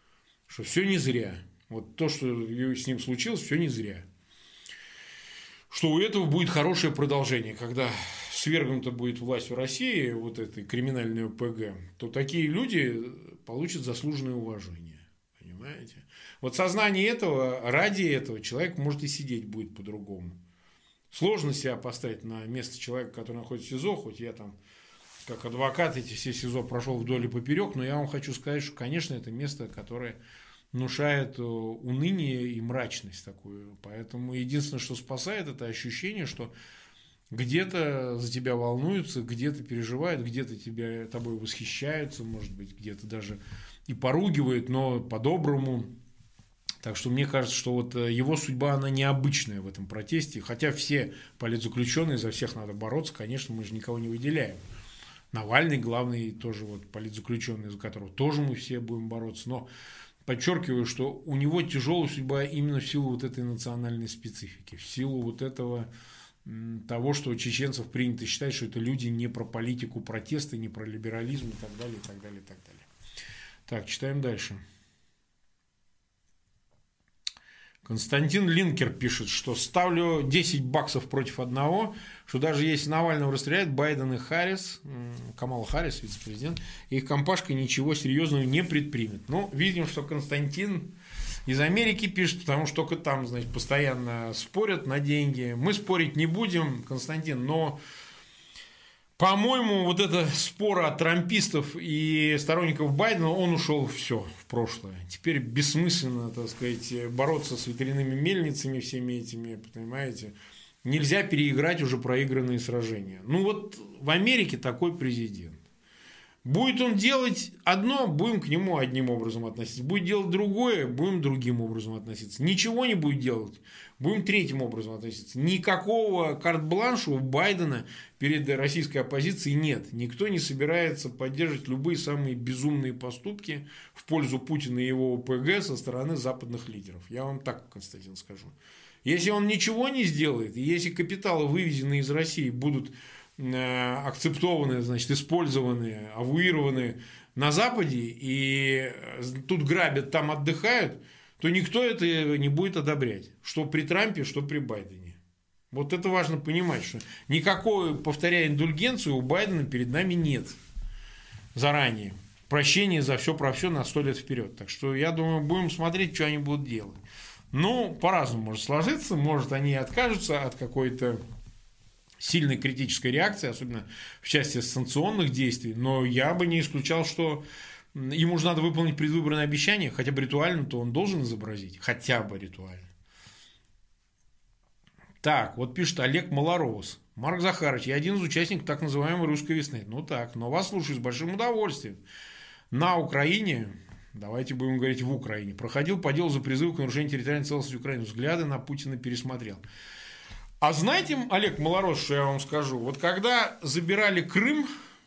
Что все не зря. Вот то, что с ним случилось, все не зря. что у этого будет хорошее продолжение. Когда свергнута будет власть в России, вот этой криминальной ОПГ, то такие люди получат заслуженное уважение. Понимаете? Вот сознание этого, ради этого человек может и сидеть будет по-другому. Сложно себя поставить на место человека, который находится в СИЗО, хоть я там как адвокат эти все СИЗО прошел вдоль и поперек, но я вам хочу сказать, что, конечно, это место, которое внушает уныние и мрачность такую. Поэтому единственное, что спасает, это ощущение, что где-то за тебя волнуются, где-то переживают, где-то тобой восхищаются, может быть, где-то даже и поругивают, но по-доброму. Так что мне кажется, что вот его судьба, она необычная в этом протесте. Хотя все политзаключенные, за всех надо бороться, конечно, мы же никого не выделяем. Навальный, главный, тоже вот политзаключенный, за которого тоже мы все будем бороться. Но подчеркиваю, что у него тяжелая судьба именно в силу вот этой национальной специфики, в силу вот этого того, что у чеченцев принято считать, что это люди не про политику протеста, не про либерализм и так далее, и так далее, и так далее. Так, читаем дальше. Константин Линкер пишет, что ставлю $10 против одного, что даже если Навального расстреляют, Байден и Харрис, Камала Харрис, вице-президент, их компашка ничего серьезного не предпримет. Ну, видим, что Константин из Америки пишет, потому что только там, значит, постоянно спорят на деньги. Мы спорить не будем, Константин, но, по-моему, вот это спор от трампистов и сторонников Байдена, он ушел все в прошлое. Теперь бессмысленно, так сказать, бороться с ветряными мельницами всеми этими, понимаете. Нельзя переиграть уже проигранные сражения. Ну вот в Америке такой президент. Будет он делать одно, будем к нему одним образом относиться. Будет делать другое, будем другим образом относиться. Ничего не будет делать, будем третьим образом относиться. Никакого карт-бланша у Байдена перед российской оппозицией нет. Никто не собирается поддерживать любые самые безумные поступки в пользу Путина и его ОПГ со стороны западных лидеров. Я вам так, Константин, скажу. Если он ничего не сделает, и если капиталы, вывезенные из России, будут акцептованы, значит, использованы, авуированы на Западе, и тут грабят, там отдыхают, то никто это не будет одобрять. Что при Трампе, что при Байдене. Вот это важно понимать, что никакой, повторяю, индульгенции у Байдена перед нами нет заранее. Прощение за все про все на 100 лет вперед. Так что, я думаю, будем смотреть, что они будут делать. Ну, по-разному может сложиться. Может, они откажутся от какой-то сильной критической реакции, особенно в части санкционных действий. Но я бы не исключал, что ему же надо выполнить предвыборное обещание. Хотя бы ритуально, то он должен изобразить. Хотя бы ритуально. Так, вот пишет Олег Малорос. Марк Захарович, я один из участников так называемой русской весны. Ну так, но вас слушаю с большим удовольствием. На Украине, давайте будем говорить в Украине, проходил по делу за призыв к нарушению территориальной целостности Украины. Взгляды на Путина пересмотрел. А знаете, Олег Малорос, что я вам скажу? Вот когда забирали Крым,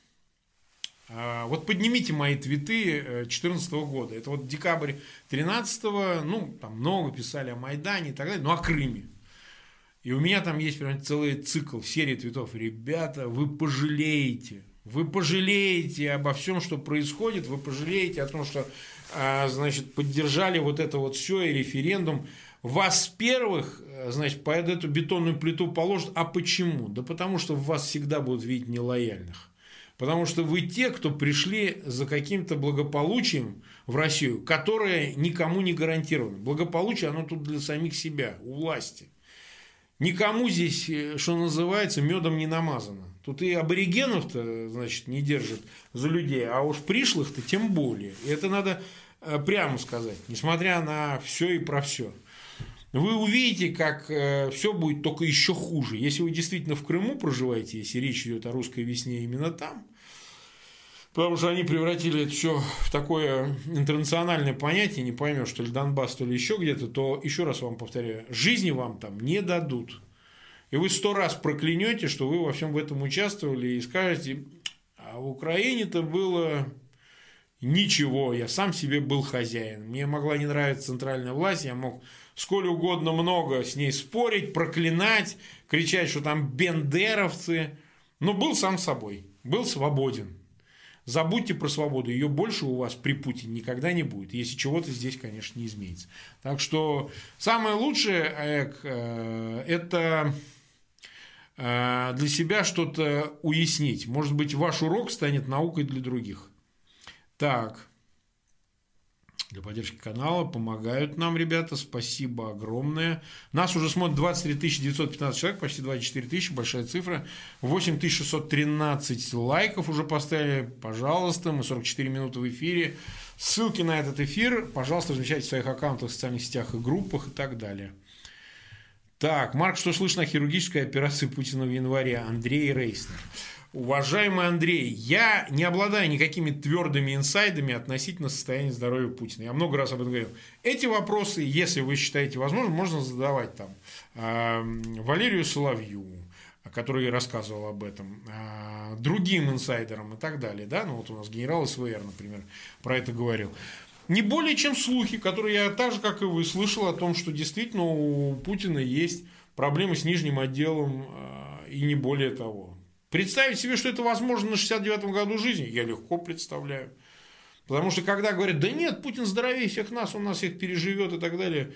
вот поднимите мои твиты 2014 года. Это вот декабрь 2013, ну, там много писали о Майдане и так далее, ну, о Крыме. И у меня там есть прям целый цикл, серия твитов. Ребята, вы пожалеете обо всем, что происходит, вы пожалеете о том, что, значит, поддержали вот это вот все и референдум. Вас первых, значит, под эту бетонную плиту положат. А почему? Да потому что в вас всегда будут видеть нелояльных. Потому что вы те, кто пришли за каким-то благополучием в Россию, которое никому не гарантировано. Благополучие, оно тут для самих себя, у власти. Никому здесь, что называется, медом не намазано. Тут и аборигенов-то, значит, не держат за людей, а уж пришлых-то тем более. И это надо прямо сказать, несмотря на все и про все. Вы увидите, как все будет только еще хуже. Если вы действительно в Крыму проживаете, если речь идет о русской весне именно там, потому что они превратили это все в такое интернациональное понятие, не поймешь, то ли Донбасс, то ли еще где-то, то, еще раз вам повторяю, жизни вам там не дадут. И вы 100 раз проклянете, что вы во всем в этом участвовали, и скажете, а в Украине-то было ничего, я сам себе был хозяин. Мне могла не нравиться центральная власть, я мог сколь угодно много с ней спорить, проклинать, кричать, что там бендеровцы, но был сам собой, был свободен. Забудьте про свободу, ее больше у вас при Путине никогда не будет, если чего-то здесь, конечно, не изменится. Так что самое лучшее, это для себя что-то уяснить. Может быть, ваш урок станет наукой для других. Так. Для поддержки канала помогают нам ребята. Спасибо огромное. Нас уже смотрит 23 915 человек, почти 24 тысячи, большая цифра. 8613 лайков уже поставили. Пожалуйста, мы 44 минуты в эфире. Ссылки на этот эфир, пожалуйста, размещайте в своих аккаунтах, в социальных сетях и группах и так далее. Так, Марк, что слышно о хирургической операции Путина в январе? Андрей Рейснер. Уважаемый Андрей, я не обладаю никакими твердыми инсайдами относительно состояния здоровья Путина. Я много раз об этом говорил. Эти вопросы, если вы считаете возможным, можно задавать там Валерию Соловью, который рассказывал об этом, другим инсайдерам и так далее. Да? Ну, вот у нас генерал СВР, например, про это говорил. Не более чем слухи, которые я так же, как и вы, слышал о том, что действительно у Путина есть проблемы с нижним отделом и не более того. Представить себе, что это возможно на 69-м году жизни, я легко представляю. Потому что когда говорят, да нет, Путин здоровее всех нас, он нас всех переживет и так далее.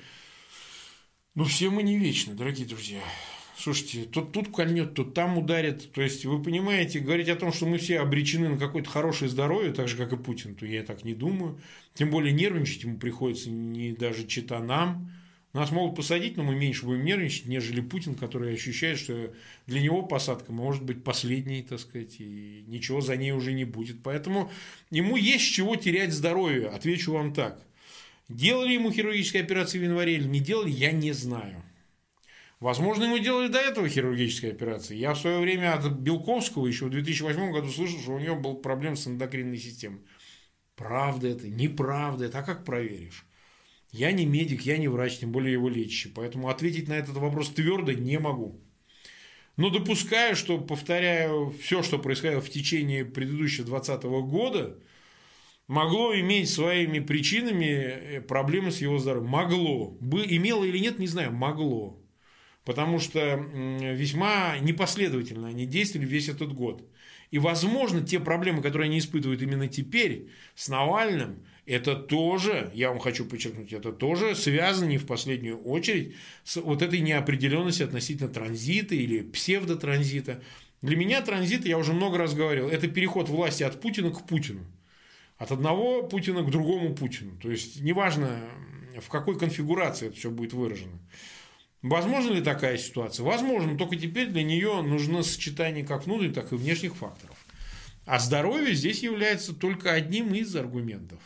Ну, все мы не вечны, дорогие друзья. Слушайте, то тут кольнет, то там ударит. То есть, вы понимаете, говорить о том, что мы все обречены на какое-то хорошее здоровье, так же, как и Путин, то я так не думаю. Тем более нервничать ему приходится не даже чета нам. Нас могут посадить, но мы меньше будем нервничать, нежели Путин, который ощущает, что для него посадка может быть последней, так сказать, и ничего за ней уже не будет. Поэтому ему есть с чего терять здоровье. Отвечу вам так. Делали ему хирургические операции в январе или не делали, я не знаю. Возможно, ему делали до этого хирургические операции. Я в свое время от Белковского еще в 2008 году слышал, что у него был проблем с эндокринной системой. Правда это, неправда это, а как проверишь? Я не медик, я не врач, тем более его лечащий. Поэтому ответить на этот вопрос твердо не могу. Но допускаю, что, повторяю, все, что происходило в течение предыдущего 2020 года, могло иметь своими причинами проблемы с его здоровьем. Могло. Имело или нет, не знаю. Могло. Потому что весьма непоследовательно они действовали весь этот год. И, возможно, те проблемы, которые они испытывают именно теперь с Навальным, это тоже, я вам хочу подчеркнуть, это тоже связано не в последнюю очередь с вот этой неопределенностью относительно транзита или псевдотранзита. Для меня транзит, я уже много раз говорил, это переход власти от Путина к Путину. От одного Путина к другому Путину. То есть, неважно, в какой конфигурации это все будет выражено. Возможно ли такая ситуация? Возможно, только теперь для нее нужно сочетание как внутренних, так и внешних факторов. А здоровье здесь является только одним из аргументов.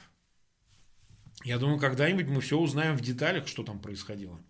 Я думаю, когда-нибудь мы все узнаем в деталях, что там происходило.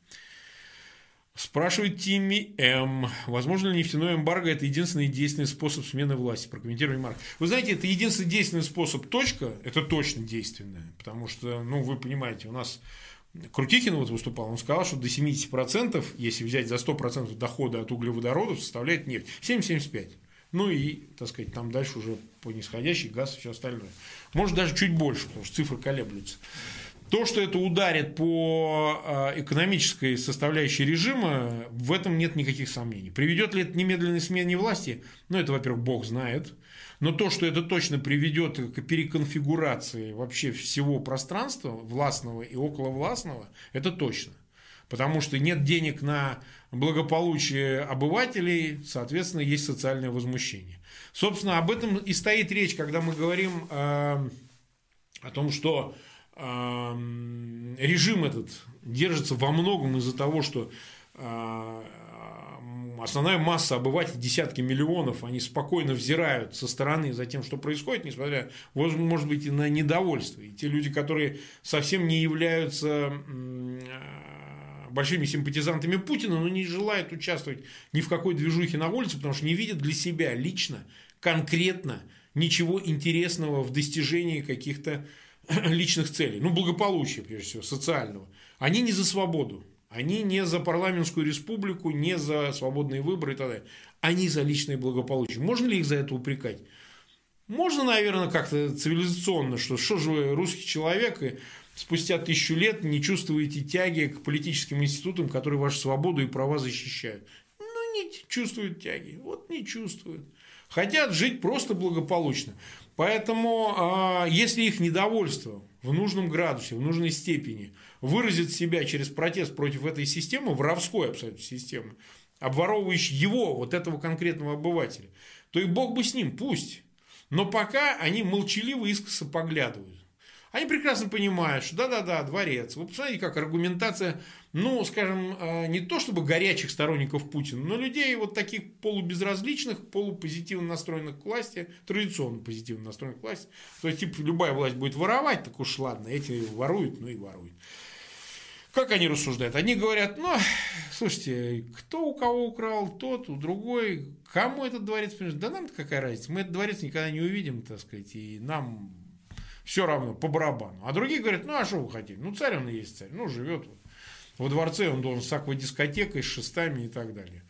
Спрашивает Тимми М. Возможно ли нефтяное эмбарго – это единственный действенный способ смены власти? Прокомментируйте, Марк. Вы знаете, это единственный действенный способ, точка, это точно действенное. Потому что, ну, вы понимаете, у нас Крутихин вот выступал, он сказал, что до 70%, если взять за 100% дохода от углеводородов, составляет нефть. 70-75%. Ну и, так сказать, там дальше уже по нисходящей газ и все остальное. Может, даже чуть больше, потому что цифры колеблются. То, что это ударит по экономической составляющей режима, в этом нет никаких сомнений. Приведет ли это к немедленной смене власти? Ну, это, во-первых, Бог знает. Но то, что это точно приведет к переконфигурации вообще всего пространства, властного и околовластного, это точно. Потому что нет денег на благополучие обывателей, соответственно, есть социальное возмущение. Собственно, об этом и стоит речь, когда мы говорим о том, что режим этот держится во многом из-за того, что основная масса обывателей, десятки миллионов, они спокойно взирают со стороны за тем, что происходит, несмотря, может быть, и на недовольство. И те люди, которые совсем не являются большими симпатизантами Путина, но не желают участвовать ни в какой движухе на улице, потому что не видят для себя лично, конкретно ничего интересного в достижении каких-то личных целей. Ну, благополучия, прежде всего, социального. Они не за свободу. Они не за парламентскую республику, не за свободные выборы и так далее. Они за личное благополучие. Можно ли их за это упрекать? Можно, наверное, как-то цивилизационно, что же вы русский человек и спустя 1000 лет не чувствуете тяги к политическим институтам, которые вашу свободу и права защищают. Ну, не чувствуют тяги. Вот не чувствуют. Хотят жить просто благополучно. Поэтому, если их недовольство в нужном градусе, в нужной степени выразит себя через протест против этой системы, воровской абсолютно системы, обворовывающий его, вот этого конкретного обывателя, то и бог бы с ним, пусть. Но пока они молчаливо искоса поглядывают. Они прекрасно понимают, что да-да-да, дворец. Вы посмотрите, как аргументация, ну, скажем, не то чтобы горячих сторонников Путина, но людей вот таких полубезразличных, полупозитивно настроенных к власти, традиционно позитивно настроенных к власти. То есть, типа, любая власть будет воровать, так уж ладно, эти воруют, ну и воруют. Как они рассуждают? Они говорят, ну, слушайте, кто у кого украл, тот, у другой, кому этот дворец принадлежит? Да нам-то какая разница, мы этот дворец никогда не увидим, так сказать, и нам все равно, по барабану. А другие говорят, ну, а что вы хотите? Ну, царь он и есть царь, ну, живет вот во дворце, он должен с аквадискотекой, с шестами и так далее.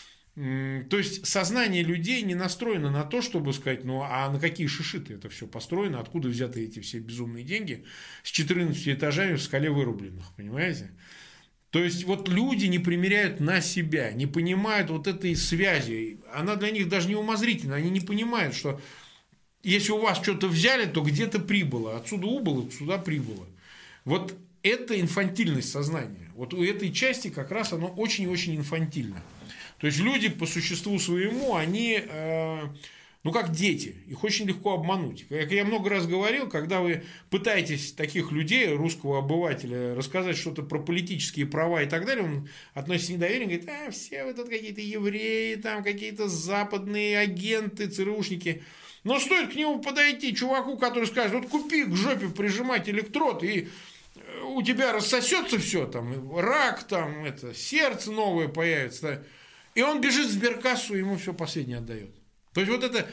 То есть, сознание людей не настроено на то, чтобы сказать, ну, а на какие шиши-то это все построено, откуда взяты эти все безумные деньги с 14 этажами в скале вырубленных, понимаете? То есть, вот люди не примеряют на себя, не понимают вот этой связи. Она для них даже не умозрительна, они не понимают, что если у вас что-то взяли, то где-то прибыло, отсюда убыло, сюда прибыло. Вот это инфантильность сознания. Вот у этой части как раз оно очень и очень инфантильно. То есть люди по существу своему, они, ну как дети, их очень легко обмануть. Как я много раз говорил, когда вы пытаетесь таких людей, русского обывателя, рассказать что-то про политические права и так далее, он относится с недоверием, говорит, все вы тут какие-то евреи, там какие-то западные агенты, ЦРУшники. Но стоит к нему подойти чуваку, который скажет, вот купи к жопе прижимать электрод, и у тебя рассосется все, там, рак, там, это, сердце новое появится. И он бежит в сберкассу, ему все последнее отдает. То есть, вот эта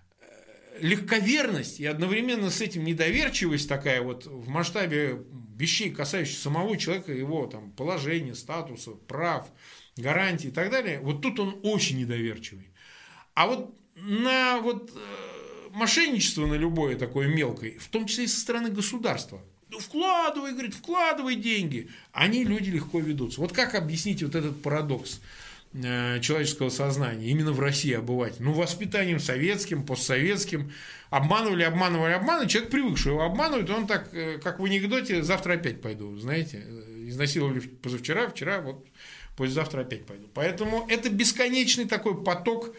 легковерность и одновременно с этим недоверчивость такая вот в масштабе вещей, касающихся самого человека, его там, положения, статуса, прав, гарантий и так далее, вот тут он очень недоверчивый. А вот на вот мошенничество на любое такое мелкое, в том числе и со стороны государства, вкладывай, говорит, вкладывай деньги, они, люди, легко ведутся. Вот как объяснить вот этот парадокс человеческого сознания, именно в России обыватель? Ну, воспитанием советским, постсоветским, обманывали, человек привык, что его обманывают, и он так, как в анекдоте, завтра опять пойду, знаете, изнасиловали позавчера, вчера, вот послезавтра опять пойду. Поэтому это бесконечный такой поток,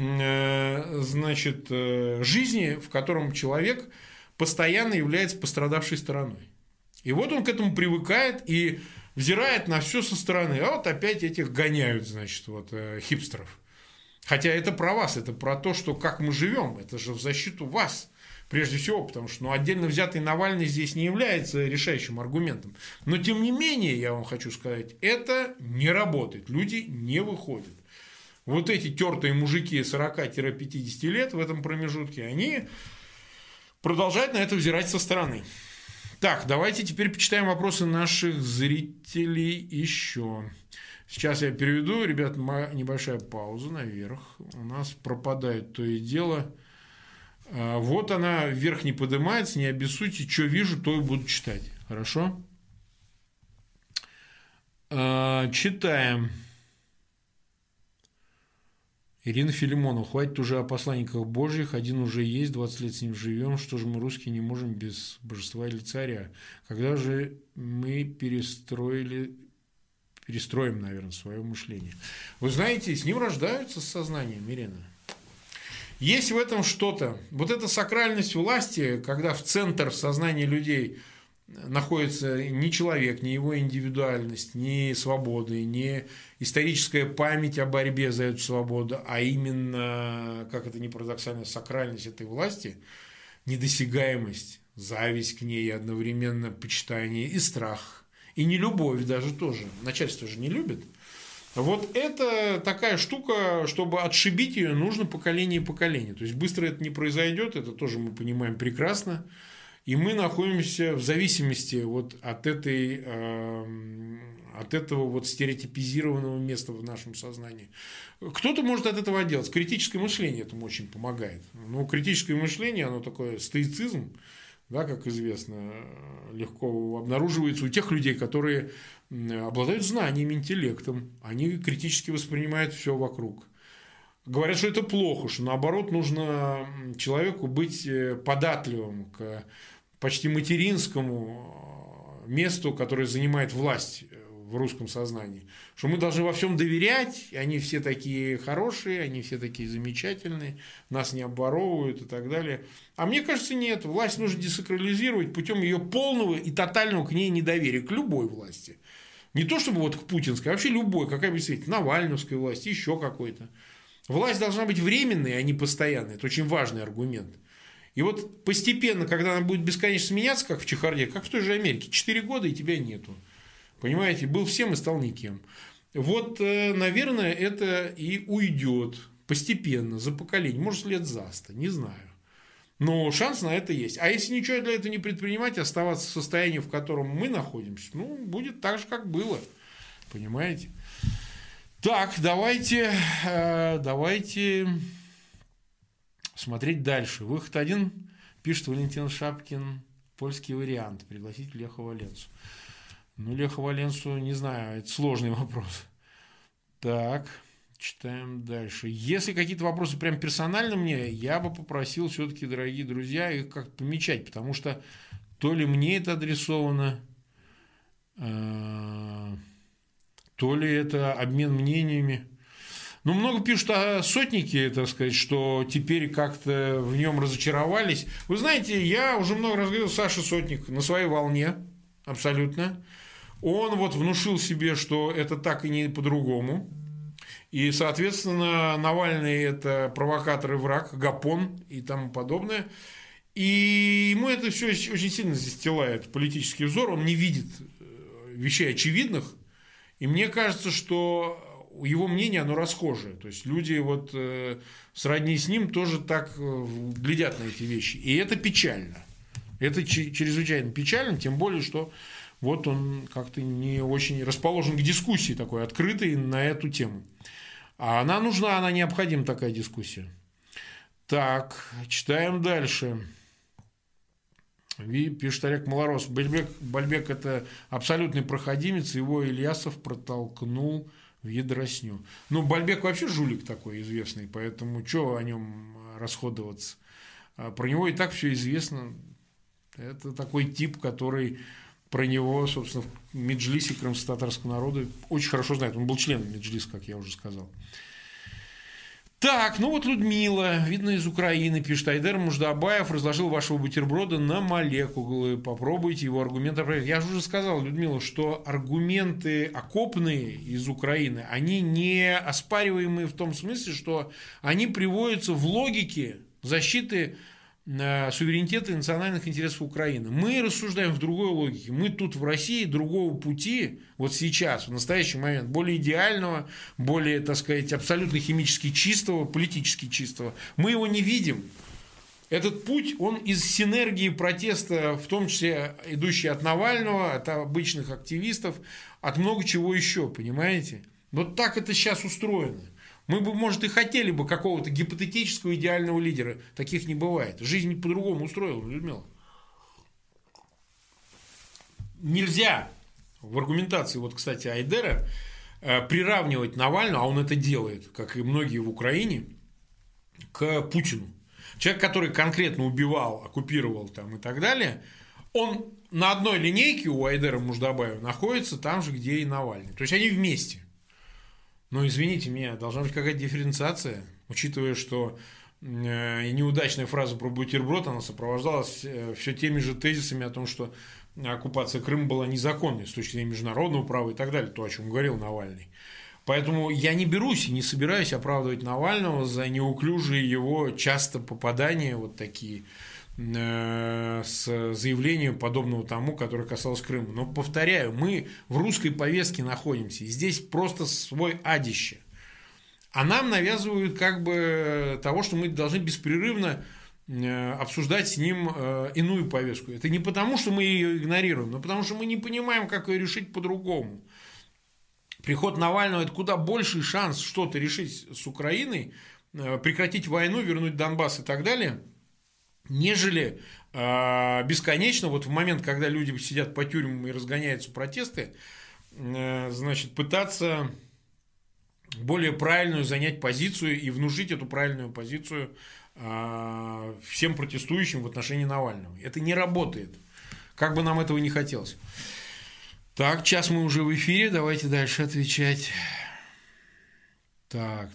значит, жизни, в котором человек постоянно является пострадавшей стороной. И вот он к этому привыкает и взирает на все со стороны. А вот опять этих гоняют, значит, вот, хипстеров. Хотя это про вас, это про то, что как мы живем, это же в защиту вас, прежде всего, потому что отдельно взятый Навальный здесь не является решающим аргументом. Но тем не менее, я вам хочу сказать, это не работает, люди не выходят. Вот эти тертые мужики 40-50 лет в этом промежутке, они продолжают на это взирать со стороны. Так, давайте теперь почитаем вопросы наших зрителей еще. Сейчас я переведу, ребят, небольшая пауза наверх. У нас пропадает то и дело. Вот она вверх не поднимается, не обессудьте, что вижу, то и буду читать. Хорошо? Читаем. Ирина Филимонова, хватит уже о посланниках Божьих, один уже есть, 20 лет с ним живем, что же мы, русские, не можем без божества или царя? Когда же мы перестроим, наверное, свое мышление? Вы знаете, с ним рождаются с сознанием, Ирина. Есть в этом что-то. Вот эта сакральность власти, когда в центр сознания людей находится не человек, не его индивидуальность, не свободы, не историческая память о борьбе за эту свободу, а именно, как это ни парадоксально, сакральность этой власти, недосягаемость, зависть к ней, одновременно почитание и страх, и нелюбовь даже тоже. Начальство же не любит. Вот это такая штука, чтобы отшибить ее, нужно поколение и поколение. То есть быстро это не произойдет, это тоже мы понимаем прекрасно. И мы находимся в зависимости вот от этого вот стереотипизированного места в нашем сознании. Кто-то может от этого отделаться. Критическое мышление этому очень помогает. Но критическое мышление, оно такое стоицизм, да, как известно, легко обнаруживается у тех людей, которые обладают знаниями, интеллектом. Они критически воспринимают все вокруг. Говорят, что это плохо, что наоборот нужно человеку быть податливым к почти материнскому месту, которое занимает власть в русском сознании, что мы должны во всем доверять, они все такие хорошие, они все такие замечательные, нас не обворовывают и так далее. А мне кажется, нет. Власть нужно десакрализировать путем ее полного и тотального к ней недоверия, к любой власти. Не то чтобы вот к путинской, а вообще любой, какая бы сказать, навальновской власти, еще какой-то. Власть должна быть временной, а не постоянной. Это очень важный аргумент. И вот постепенно, когда она будет бесконечно меняться, как в чехарде, как в той же Америке, 4 года и тебя нету. Понимаете, был всем и стал никем. Вот, наверное, это и уйдет постепенно, за поколение, может, лет за 100, не знаю. Но шанс на это есть. А если ничего для этого не предпринимать, оставаться в состоянии, в котором мы находимся, ну, будет так же, как было. Понимаете? Так, давайте смотреть дальше. Выход 1, пишет Валентин Шапкин, польский вариант. Пригласить Леха Валенсу. Ну, Леха Валенсу, не знаю, это сложный вопрос. Так, читаем дальше. Если какие-то вопросы прям персонально мне, я бы попросил все-таки, дорогие друзья, их как-то помечать, потому что то ли мне это адресовано, то ли это обмен мнениями. Ну, много пишут о Сотнике, так сказать, что теперь как-то в нем разочаровались. Вы знаете, я уже много раз говорил, Саша Сотник на своей волне, абсолютно. Он вот внушил себе, что это так и не по-другому. И, соответственно, Навальный – это провокатор и враг, гапон и тому подобное. И ему это все очень сильно застилает политический взор. Он не видит вещей очевидных. И мне кажется, что его мнение, оно расхожее. То есть люди вот сродни с ним тоже так глядят на эти вещи. И это печально. Это чрезвычайно печально, тем более, что вот он как-то не очень расположен к дискуссии такой открытой на эту тему. А она нужна, она необходима, такая дискуссия. Так, читаем дальше. Пишет Олег Малорос. Бальбек – это абсолютный проходимец, его Ильясов протолкнул в ядросню. Ну, Бальбек вообще жулик такой известный, поэтому что о нем расходоваться? Про него и так все известно. Это такой тип, который про него, собственно, в Меджлисе крымско-татарского народа очень хорошо знает. Он был членом Меджлиса, как я уже сказал. Так, ну вот Людмила, видно из Украины, пишет: Айдар Муждабаев разложил вашего бутерброда на молекулы. Попробуйте его аргументы проверить. Я же уже сказал, Людмила, что аргументы окопные из Украины, они не оспариваемые в том смысле, что они приводятся в логике защиты суверенитета и национальных интересов Украины. Мы рассуждаем в другой логике. Мы тут в России другого пути, вот сейчас, в настоящий момент, более идеального, более, так сказать, абсолютно химически чистого, политически чистого, мы его не видим. Этот путь, он из синергии протеста, в том числе идущий от Навального, от обычных активистов, от много чего еще, понимаете? Вот так это сейчас устроено. Мы бы, может, и хотели бы какого-то гипотетического идеального лидера. Таких не бывает. Жизнь по-другому устроила, Людмила. Нельзя в аргументации, вот, кстати, Айдера, приравнивать Навального, а он это делает, как и многие в Украине, к Путину. Человек, который конкретно убивал, оккупировал там и так далее, он на одной линейке у Айдера Муждабаева находится там же, где и Навальный. То есть они вместе. Но, извините меня, должна быть какая-то дифференциация, учитывая, что неудачная фраза про бутерброд, она сопровождалась все теми же тезисами о том, что оккупация Крыма была незаконной с точки зрения международного права и так далее, то, о чем говорил Навальный. Поэтому я не берусь и не собираюсь оправдывать Навального за неуклюжие его часто попадания вот такие с заявлением подобного тому, которое касалось Крыма. Но, повторяю, мы в русской повестке находимся, и здесь просто свой адище. А нам навязывают как бы того, что мы должны беспрерывно обсуждать с ним иную повестку. Это не потому, что мы ее игнорируем, но потому, что мы не понимаем, как ее решить по-другому. Приход Навального – это куда больший шанс что-то решить с Украиной, прекратить войну, вернуть Донбасс и так далее, нежели бесконечно, вот в момент, когда люди сидят по тюрьмам и разгоняются протесты, значит, пытаться более правильную занять позицию и внушить эту правильную позицию всем протестующим в отношении Навального. Это не работает, как бы нам этого не хотелось. Так, час мы уже в эфире, давайте дальше отвечать. Так.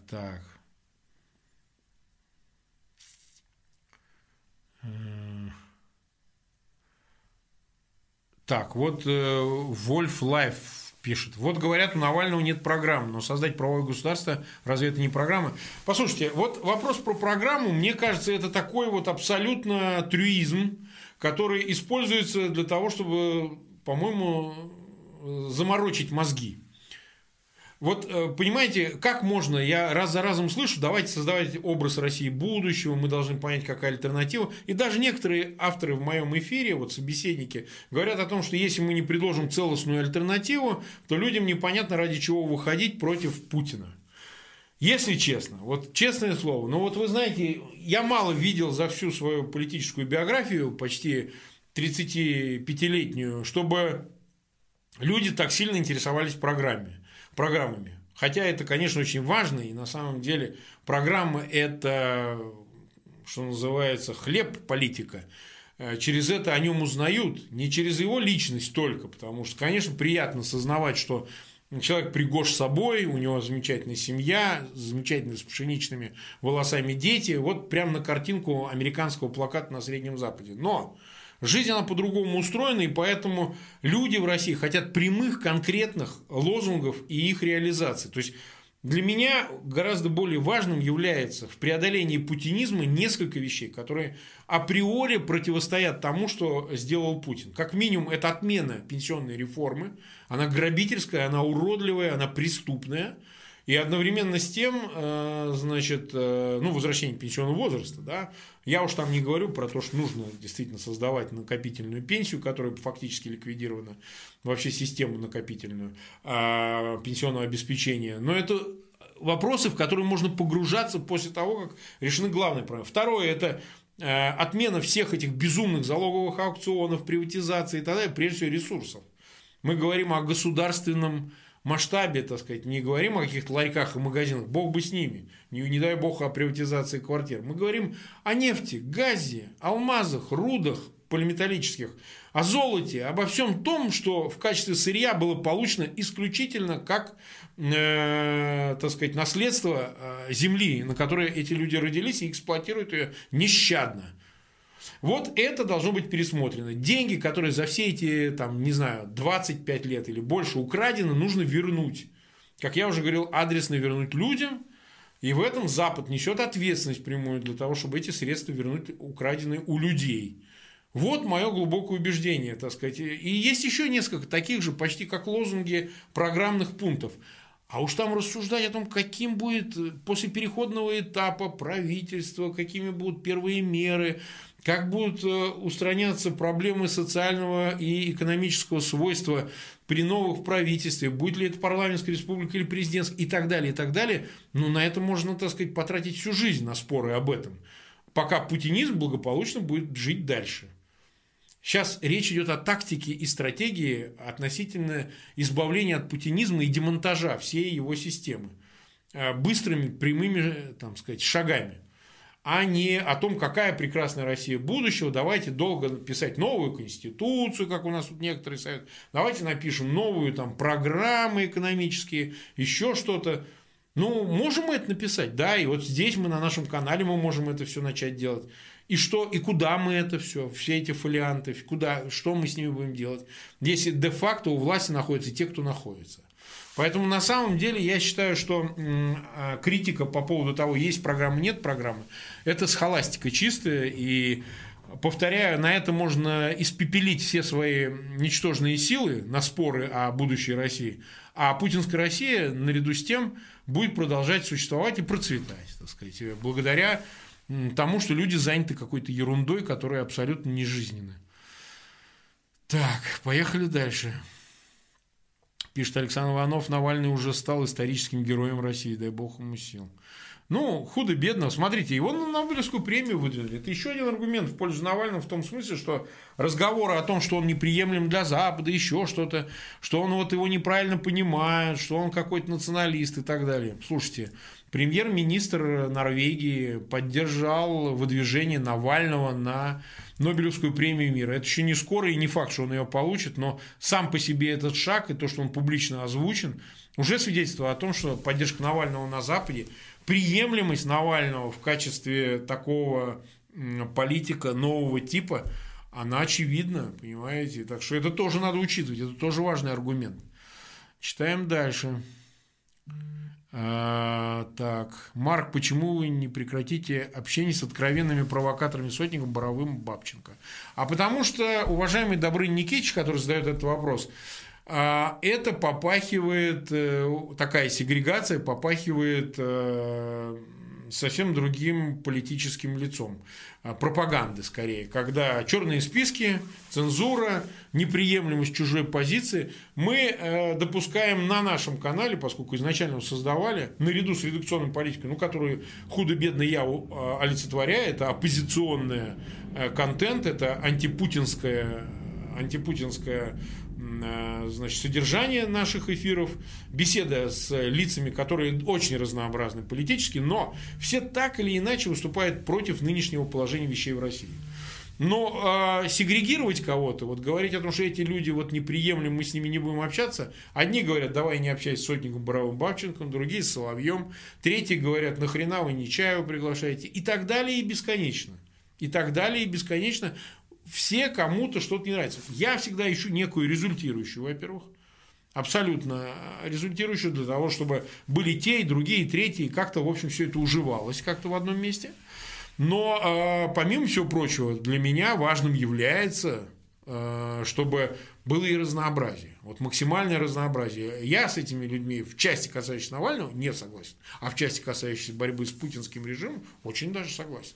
Так, вот Wolf Life пишет. Вот говорят, у Навального нет программы, но создать правовое государство, разве это не программа? Послушайте, вот вопрос про программу, мне кажется, это такой вот абсолютно трюизм, который используется для того, чтобы, по-моему, заморочить мозги. Вот, понимаете, как можно, я раз за разом слышу, давайте создавать образ России будущего, мы должны понять, какая альтернатива. И даже некоторые авторы в моем эфире, вот собеседники, говорят о том, что если мы не предложим целостную альтернативу, то людям непонятно, ради чего выходить против Путина. Если честно, вот честное слово, ну вот вы знаете, я мало видел за всю свою политическую биографию, почти 35-летнюю, чтобы люди так сильно интересовались программами. Хотя это, конечно, очень важно, и на самом деле программа – это, что называется, хлеб политика. Через это о нем узнают, не через его личность только, потому что, конечно, приятно сознавать, что человек пригож собой, у него замечательная семья, замечательные с пшеничными волосами дети, вот прямо на картинку американского плаката на Среднем Западе. Но жизнь, она по-другому устроена, и поэтому люди в России хотят прямых, конкретных лозунгов и их реализации. То есть, для меня гораздо более важным является в преодолении путинизма несколько вещей, которые априори противостоят тому, что сделал Путин. Как минимум, это отмена пенсионной реформы. Она грабительская, она уродливая, она преступная. И одновременно с тем, значит, возвращение пенсионного возраста, да, я уж там не говорю про то, что нужно действительно создавать накопительную пенсию, которая фактически ликвидирована, вообще систему накопительную пенсионного обеспечения, но это вопросы, в которые можно погружаться после того, как решены главные проблемы. Второе – это отмена всех этих безумных залоговых аукционов, приватизации и так далее, прежде всего ресурсов. Мы говорим о государственном масштабе, так сказать, не говорим о каких-то ларьках и магазинах, бог бы с ними, не дай бог о приватизации квартир. Мы говорим о нефти, газе, алмазах, рудах полиметаллических, о золоте, обо всем том, что в качестве сырья было получено исключительно как, так сказать, наследство земли, на которой эти люди родились и эксплуатируют ее нещадно. Вот это должно быть пересмотрено. Деньги, которые за все эти, там, не знаю, 25 лет или больше украдены, нужно вернуть. Как я уже говорил, адресно вернуть людям. И в этом Запад несет ответственность прямую для того, чтобы эти средства вернуть украденные у людей. Вот мое глубокое убеждение, так сказать. И есть еще несколько таких же, почти как лозунги, программных пунктов. А уж там рассуждать о том, каким будет после переходного этапа правительство, какими будут первые меры, как будут устраняться проблемы социального и экономического свойства при новых правительстве, будет ли это парламентская республика или президентская и так далее, ну, на это можно, так сказать, потратить всю жизнь на споры об этом, пока путинизм благополучно будет жить дальше. Сейчас речь идет о тактике и стратегии относительно избавления от путинизма и демонтажа всей его системы быстрыми, прямыми, так сказать, шагами, а не о том, какая прекрасная Россия будущего. Давайте долго писать новую конституцию, как у нас тут некоторые советуют. Давайте напишем новую там программы экономические, еще что-то. Ну, можем мы это написать, да, и вот здесь мы на нашем канале мы можем это все начать делать. И что, и куда мы это все эти фолианты, куда, что мы с ними будем делать, если де-факто у власти находятся те, кто находится. Поэтому на самом деле я считаю, что критика по поводу того, есть программа, нет программы, это схоластика чистая. И, повторяю, на это можно испепелить все свои ничтожные силы на споры о будущей России. А путинская Россия, наряду с тем, будет продолжать существовать и процветать, так сказать, благодаря тому, что люди заняты какой-то ерундой, которая абсолютно не жизненна. Так, поехали дальше. Пишет Александр Иванов, Навальный уже стал историческим героем России, дай бог ему сил. Ну, худо-бедно. Смотрите, его на Нобелевскую премию выдвинули. Это еще один аргумент в пользу Навального в том смысле, что разговоры о том, что он неприемлем для Запада, еще что-то, что он вот его неправильно понимает, что он какой-то националист и так далее. Слушайте, премьер-министр Норвегии поддержал выдвижение Навального на Нобелевскую премию мира. Это еще не скоро и не факт, что он ее получит, но сам по себе этот шаг и то, что он публично озвучен, уже свидетельствует о том, что поддержка Навального на Западе, приемлемость Навального в качестве такого политика нового типа, она очевидна, понимаете? Так что это тоже надо учитывать, это тоже важный аргумент. Читаем дальше. Так, Марк, почему вы не прекратите общение с откровенными провокаторами Сотником, Боровым, Бабченко? А потому что, уважаемый Добрынин Никитич, который задает этот вопрос, это попахивает, такая сегрегация попахивает совсем другим политическим лицом. Пропаганды, скорее. Когда черные списки, цензура, неприемлемость чужой позиции мы допускаем на нашем канале, поскольку изначально его создавали, наряду с редакционной политикой, которую худо-бедно я олицетворяю, это оппозиционный контент, это антипутинское значит, содержание наших эфиров, беседа с лицами, которые очень разнообразны политически, но все так или иначе выступают против нынешнего положения вещей в России. Но сегрегировать кого-то, говорить о том, что эти люди неприемлемы, мы с ними не будем общаться, одни говорят, давай не общайся с Сотником, Боровым, Бабченком, другие с Соловьем, третьи говорят, нахрена вы Нечаева приглашаете, и так далее и бесконечно. И так далее и бесконечно. Все кому-то что-то не нравится. Я всегда ищу некую результирующую, во-первых, абсолютно результирующую для того, чтобы были те, и другие, и третьи, и как-то, в общем, все это уживалось как-то в одном месте. Но, помимо всего прочего, для меня важным является, чтобы было и разнообразие. Максимальное разнообразие. Я с этими людьми в части, касающейся Навального, не согласен. А в части, касающейся борьбы с путинским режимом, очень даже согласен.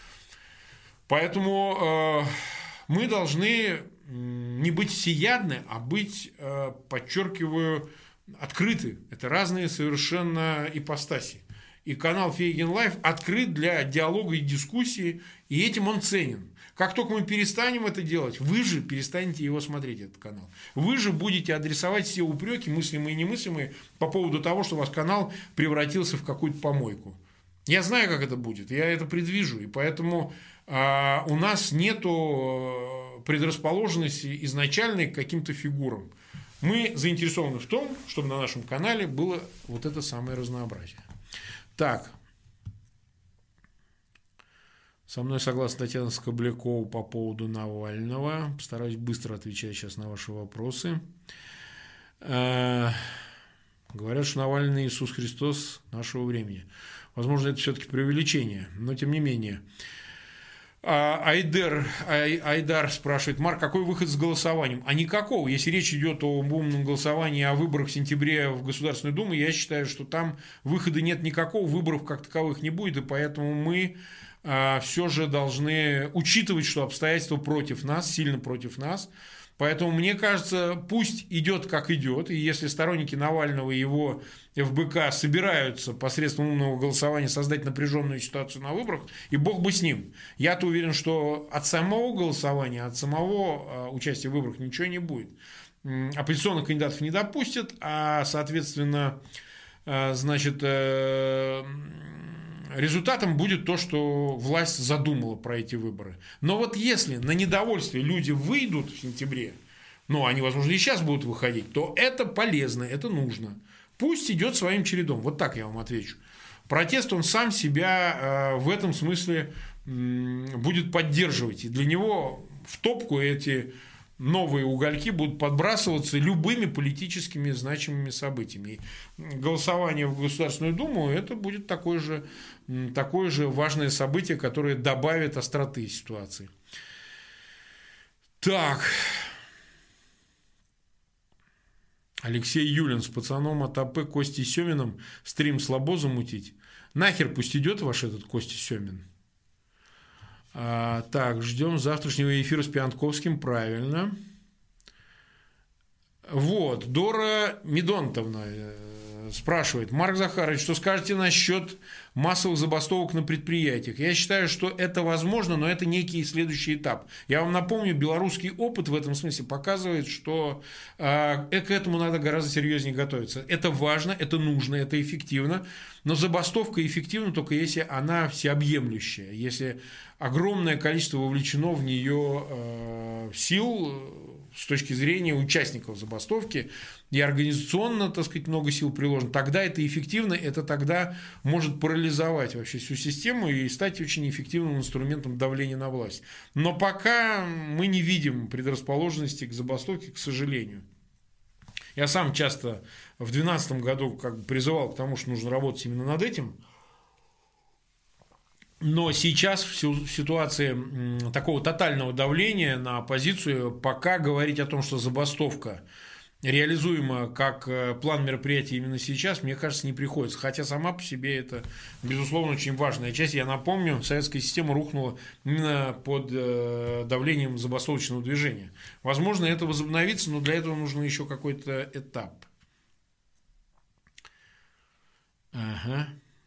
Поэтому мы должны не быть всеядны, а быть, подчеркиваю, открыты. Это разные совершенно ипостаси. И канал Фейгин Лайв открыт для диалога и дискуссии, и этим он ценен. Как только мы перестанем это делать, вы же перестанете его смотреть, этот канал. Вы же будете адресовать все упреки, мыслимые и немыслимые, по поводу того, что ваш канал превратился в какую-то помойку. Я знаю, как это будет, я это предвижу, и поэтому у нас нету предрасположенности изначальной к каким-то фигурам. Мы заинтересованы в том, чтобы на нашем канале было это самое разнообразие. Так. Со мной согласна Татьяна Скоблякова по поводу Навального. Постараюсь быстро отвечать сейчас на ваши вопросы. Говорят, что Навальный Иисус Христос нашего времени. Возможно, это все-таки преувеличение, но тем не менее. Айдар спрашивает, Марк, какой выход с голосованием? А никакого. Если речь идет о умном голосовании о выборах в сентябре в Государственную Думу, я считаю, что там выхода нет никакого, выборов как таковых не будет, и поэтому мы все же должны учитывать, что обстоятельства против нас, сильно против нас. Поэтому, мне кажется, пусть идет как идет, и если сторонники Навального и его ФБК собираются посредством умного голосования создать напряженную ситуацию на выборах, и бог бы с ним. Я-то уверен, что от самого голосования, от самого участия в выборах ничего не будет. Оппозиционных кандидатов не допустят, а, соответственно, значит, результатом будет то, что власть задумала про эти выборы. Но если на недовольствие люди выйдут в сентябре, они, возможно, и сейчас будут выходить, то это полезно, это нужно. Пусть идет своим чередом. Вот так я вам отвечу. Протест, он сам себя в этом смысле будет поддерживать. И для него в топку эти новые угольки будут подбрасываться любыми политическими значимыми событиями. И голосование в Государственную Думу – это будет такое же важное событие, которое добавит остроты ситуации. Так. Алексей Юлин, с пацаном от АП Костей Семиным стрим слабо замутить. Нахер пусть идет ваш этот Костя Семин. Так, ждем завтрашнего эфира с Пиантковским, правильно. Дора Медонтовна спрашивает, Марк Захарович, что скажете насчет массовых забастовок на предприятиях? Я считаю, что это возможно, но это некий следующий этап. Я вам напомню, белорусский опыт в этом смысле показывает, что к этому надо гораздо серьезнее готовиться. Это важно, это нужно, это эффективно. Но забастовка эффективна только если она всеобъемлющая, если огромное количество вовлечено в нее сил с точки зрения участников забастовки и организационно, так сказать, много сил приложено, тогда это эффективно, это тогда может парализовать вообще всю систему и стать очень эффективным инструментом давления на власть. Но пока мы не видим предрасположенности к забастовке, к сожалению. Я сам часто в 2012 году как бы призывал к тому, что нужно работать именно над этим. Но сейчас в ситуации такого тотального давления на оппозицию пока говорить о том, что забастовка реализуема как план мероприятий именно сейчас, мне кажется, не приходится. Хотя сама по себе это, безусловно, очень важная часть. Я напомню, советская система рухнула именно под давлением забастовочного движения. Возможно, это возобновится, но для этого нужен еще какой-то этап. Ага.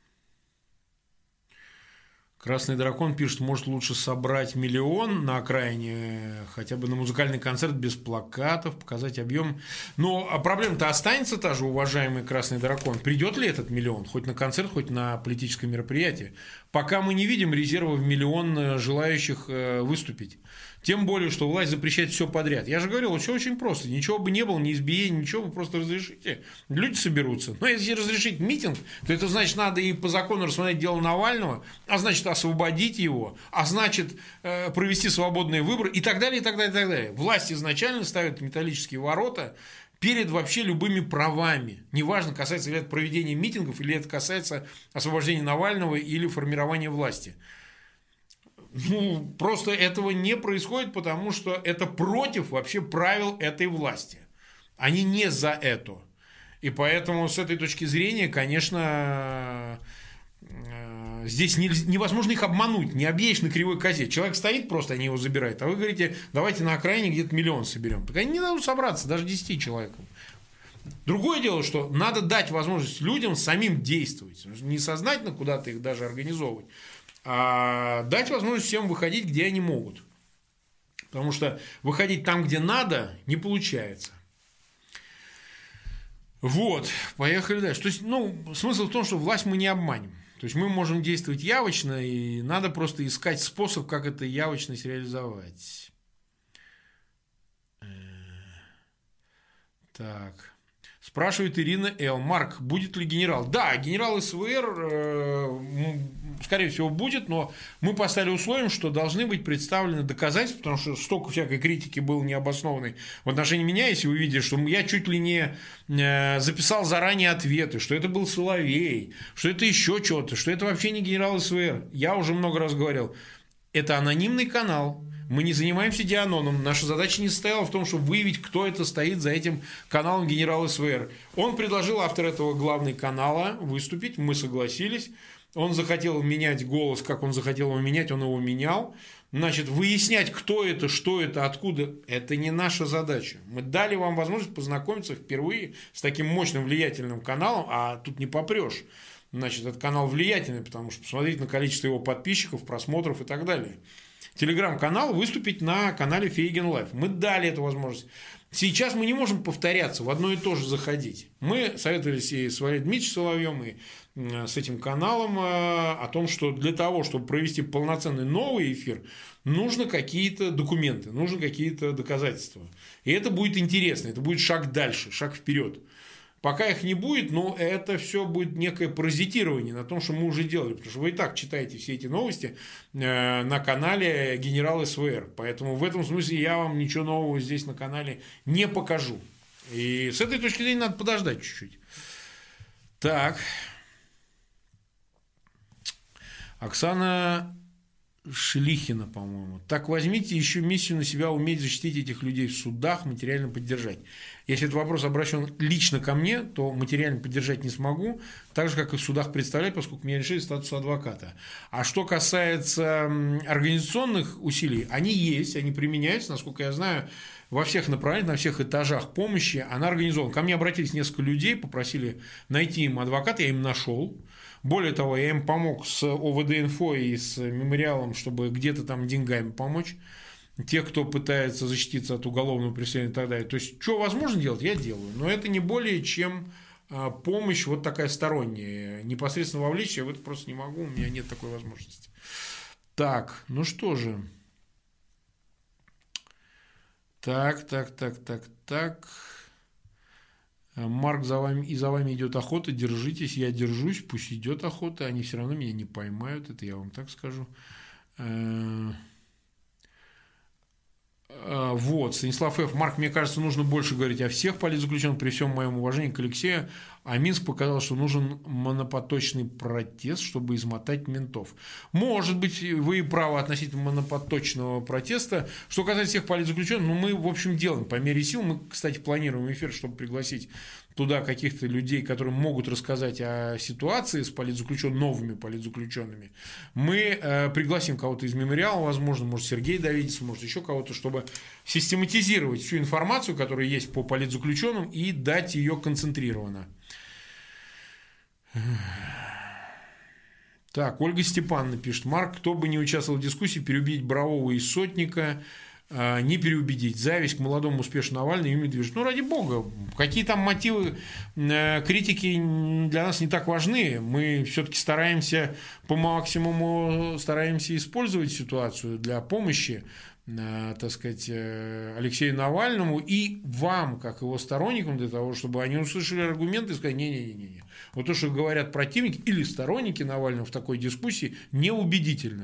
Красный дракон пишет, может лучше собрать 1 миллион на окраине, хотя бы на музыкальный концерт без плакатов, показать объем. Но проблема-то останется та же, уважаемый Красный дракон. Придет ли этот 1 миллион, хоть на концерт, хоть на политическое мероприятие? Пока мы не видим резерва в 1 миллион желающих выступить. Тем более, что власть запрещает все подряд. Я же говорил, все очень просто. Ничего бы не было, ни избиений, ничего, вы просто разрешите. Люди соберутся. Но если разрешить митинг, то это значит, надо и по закону рассмотреть дело Навального, а значит, освободить его, а значит, провести свободные выборы и так далее, и так далее, и так далее. Власть изначально ставит металлические ворота перед вообще любыми правами. Неважно, касается ли это проведения митингов, или это касается освобождения Навального или формирования власти. Просто этого не происходит, потому что это против вообще правил этой власти. Они не за это. И поэтому с этой точки зрения, конечно, здесь невозможно их обмануть, не объедешь на кривой козе. Человек стоит просто, они его забирают, а вы говорите, давайте на окраине где-то 1 миллион соберем. Так они не дадут собраться, даже 10 человеком. Другое дело, что надо дать возможность людям самим действовать. Не сознательно куда-то их даже организовывать, а дать возможность всем выходить, где они могут. Потому что выходить там, где надо, не получается. Вот, поехали дальше. То есть, смысл в том, что власть мы не обманем. То есть, мы можем действовать явочно, и надо просто искать способ, как эту явочность реализовать. Так. Спрашивает Ирина Л. Марк, будет ли генерал? Да, генерал СВР, скорее всего, будет, но мы поставили условием, что должны быть представлены доказательства, потому что столько всякой критики было необоснованной в отношении меня, если вы видите, что я чуть ли не записал заранее ответы, что это был Соловей, что это еще что-то, что это вообще не генерал СВР. Я уже много раз говорил, это анонимный канал. Мы не занимаемся дианоном. Наша задача не состояла в том, чтобы выявить, кто это стоит за этим каналом генерал СВР. Он предложил, автор этого главного канала, выступить. Мы согласились. Он захотел менять голос, как он захотел его менять, он его менял. Значит, выяснять, кто это, что это, откуда, это не наша задача. Мы дали вам возможность познакомиться впервые с таким мощным влиятельным каналом, а тут не попрешь. Значит, этот канал влиятельный, потому что посмотрите на количество его подписчиков, просмотров и так далее. Телеграм-канал выступить на канале Фейгин Лайв. Мы дали эту возможность. Сейчас мы не можем повторяться, в одно и то же заходить. Мы советовались и с Валерием Дмитриевичем Соловьем, и с этим каналом о том, что для того, чтобы провести полноценный новый эфир, нужно какие-то документы, нужны какие-то доказательства. И это будет интересно, это будет шаг дальше, шаг вперед. Пока их не будет, но это все будет некое паразитирование на том, что мы уже делали. Потому что вы и так читаете все эти новости на канале генерал СВР. Поэтому в этом смысле я вам ничего нового здесь на канале не покажу. И с этой точки зрения надо подождать чуть-чуть. Так. Оксана Шлихина, по-моему. Так возьмите еще миссию на себя, уметь защитить этих людей в судах, материально поддержать. Если этот вопрос обращен лично ко мне, то материально поддержать не смогу, так же, как и в судах представлять, поскольку меня лишили статуса адвоката. А что касается организационных усилий, они есть, они применяются, насколько я знаю, во всех направлениях, на всех этажах помощи, она организована. Ко мне обратились несколько людей, попросили найти им адвоката, я им нашел. Более того, я им помог с ОВД-инфо и с мемориалом, чтобы где-то там деньгами помочь. Те, кто пытается защититься от уголовного преследования и так далее. То есть, что возможно делать, я делаю. Но это не более чем помощь вот такая сторонняя. Непосредственно вовлечь я в это просто не могу, у меня нет такой возможности. Так, ну что же. Так. Марк, за вами идет охота, держитесь, я держусь, пусть идет охота, они все равно меня не поймают, это я вам так скажу. Вот, Станислав Ф. Марк, мне кажется, нужно больше говорить о всех политзаключенных, при всем моем уважении к Алексею. А Минск показал, что нужен монопоточный протест, чтобы измотать ментов. Может быть, вы и правы относительно монопоточного протеста. Что касается всех политзаключенных, мы, в общем, делаем по мере сил. Мы, кстати, планируем эфир, чтобы пригласить туда каких-то людей, которые могут рассказать о ситуации с политзаключенными, новыми политзаключенными. Мы пригласим кого-то из мемориала, возможно, может, Сергей Давидец, может, еще кого-то, чтобы систематизировать всю информацию, которая есть по политзаключенным, и дать ее концентрированно. Так, Ольга Степановна пишет. Марк, кто бы не участвовал в дискуссии, переубедить Борового и Сотника, не переубедить. Зависть к молодому успешному Навальному ими движет. Ну, ради бога, какие там мотивы критики для нас не так важны. Мы все-таки стараемся по максимуму использовать ситуацию для помощи, так сказать, Алексею Навальному и вам, как его сторонникам, для того, чтобы они услышали аргументы и сказали, не-не-не. Вот то, что говорят противники или сторонники Навального в такой дискуссии, неубедительно.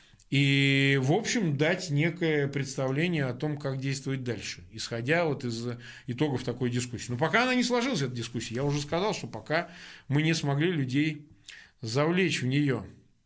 И, в общем, дать некое представление о том, как действовать дальше, исходя вот из итогов такой дискуссии. Но пока она не сложилась, эта дискуссия, я уже сказал, что пока мы не смогли людей завлечь в нее.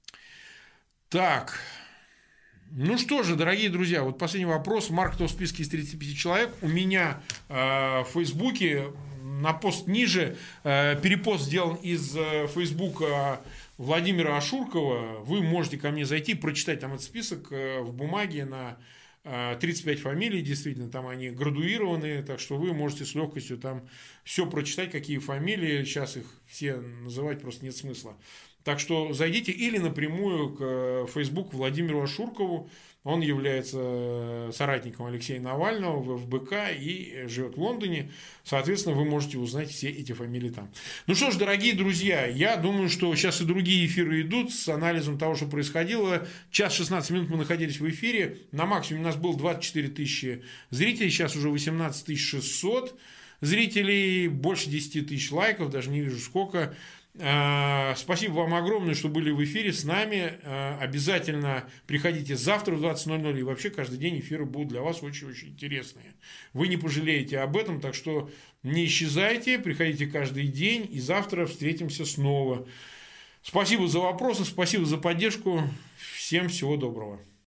Так, ну что же, дорогие друзья, вот последний вопрос. Марк, кто в списке из 35 человек? У меня в Фейсбуке на пост ниже перепост сделан из Фейсбука Владимира Ашуркова. Вы можете ко мне зайти, прочитать там этот список в бумаге на 35 фамилий, действительно, там они градуированные, так что вы можете с легкостью там все прочитать, какие фамилии, сейчас их все называть просто нет смысла. Так что зайдите или напрямую к Facebook Владимиру Ашуркову. Он является соратником Алексея Навального в ФБК и живет в Лондоне. Соответственно, вы можете узнать все эти фамилии там. Ну что ж, дорогие друзья, я думаю, что сейчас и другие эфиры идут с анализом того, что происходило. Час 16 минут мы находились в эфире. На максимуме у нас было 24 тысячи зрителей, сейчас уже 18 600 зрителей, больше 10 тысяч лайков, даже не вижу сколько. Спасибо вам огромное, что были в эфире с нами. Обязательно приходите завтра в 20:00. И вообще каждый день эфиры будут для вас очень-очень интересные. Вы не пожалеете об этом, так что не исчезайте, приходите каждый день. И завтра встретимся снова. Спасибо за вопросы, спасибо за поддержку. Всем всего доброго.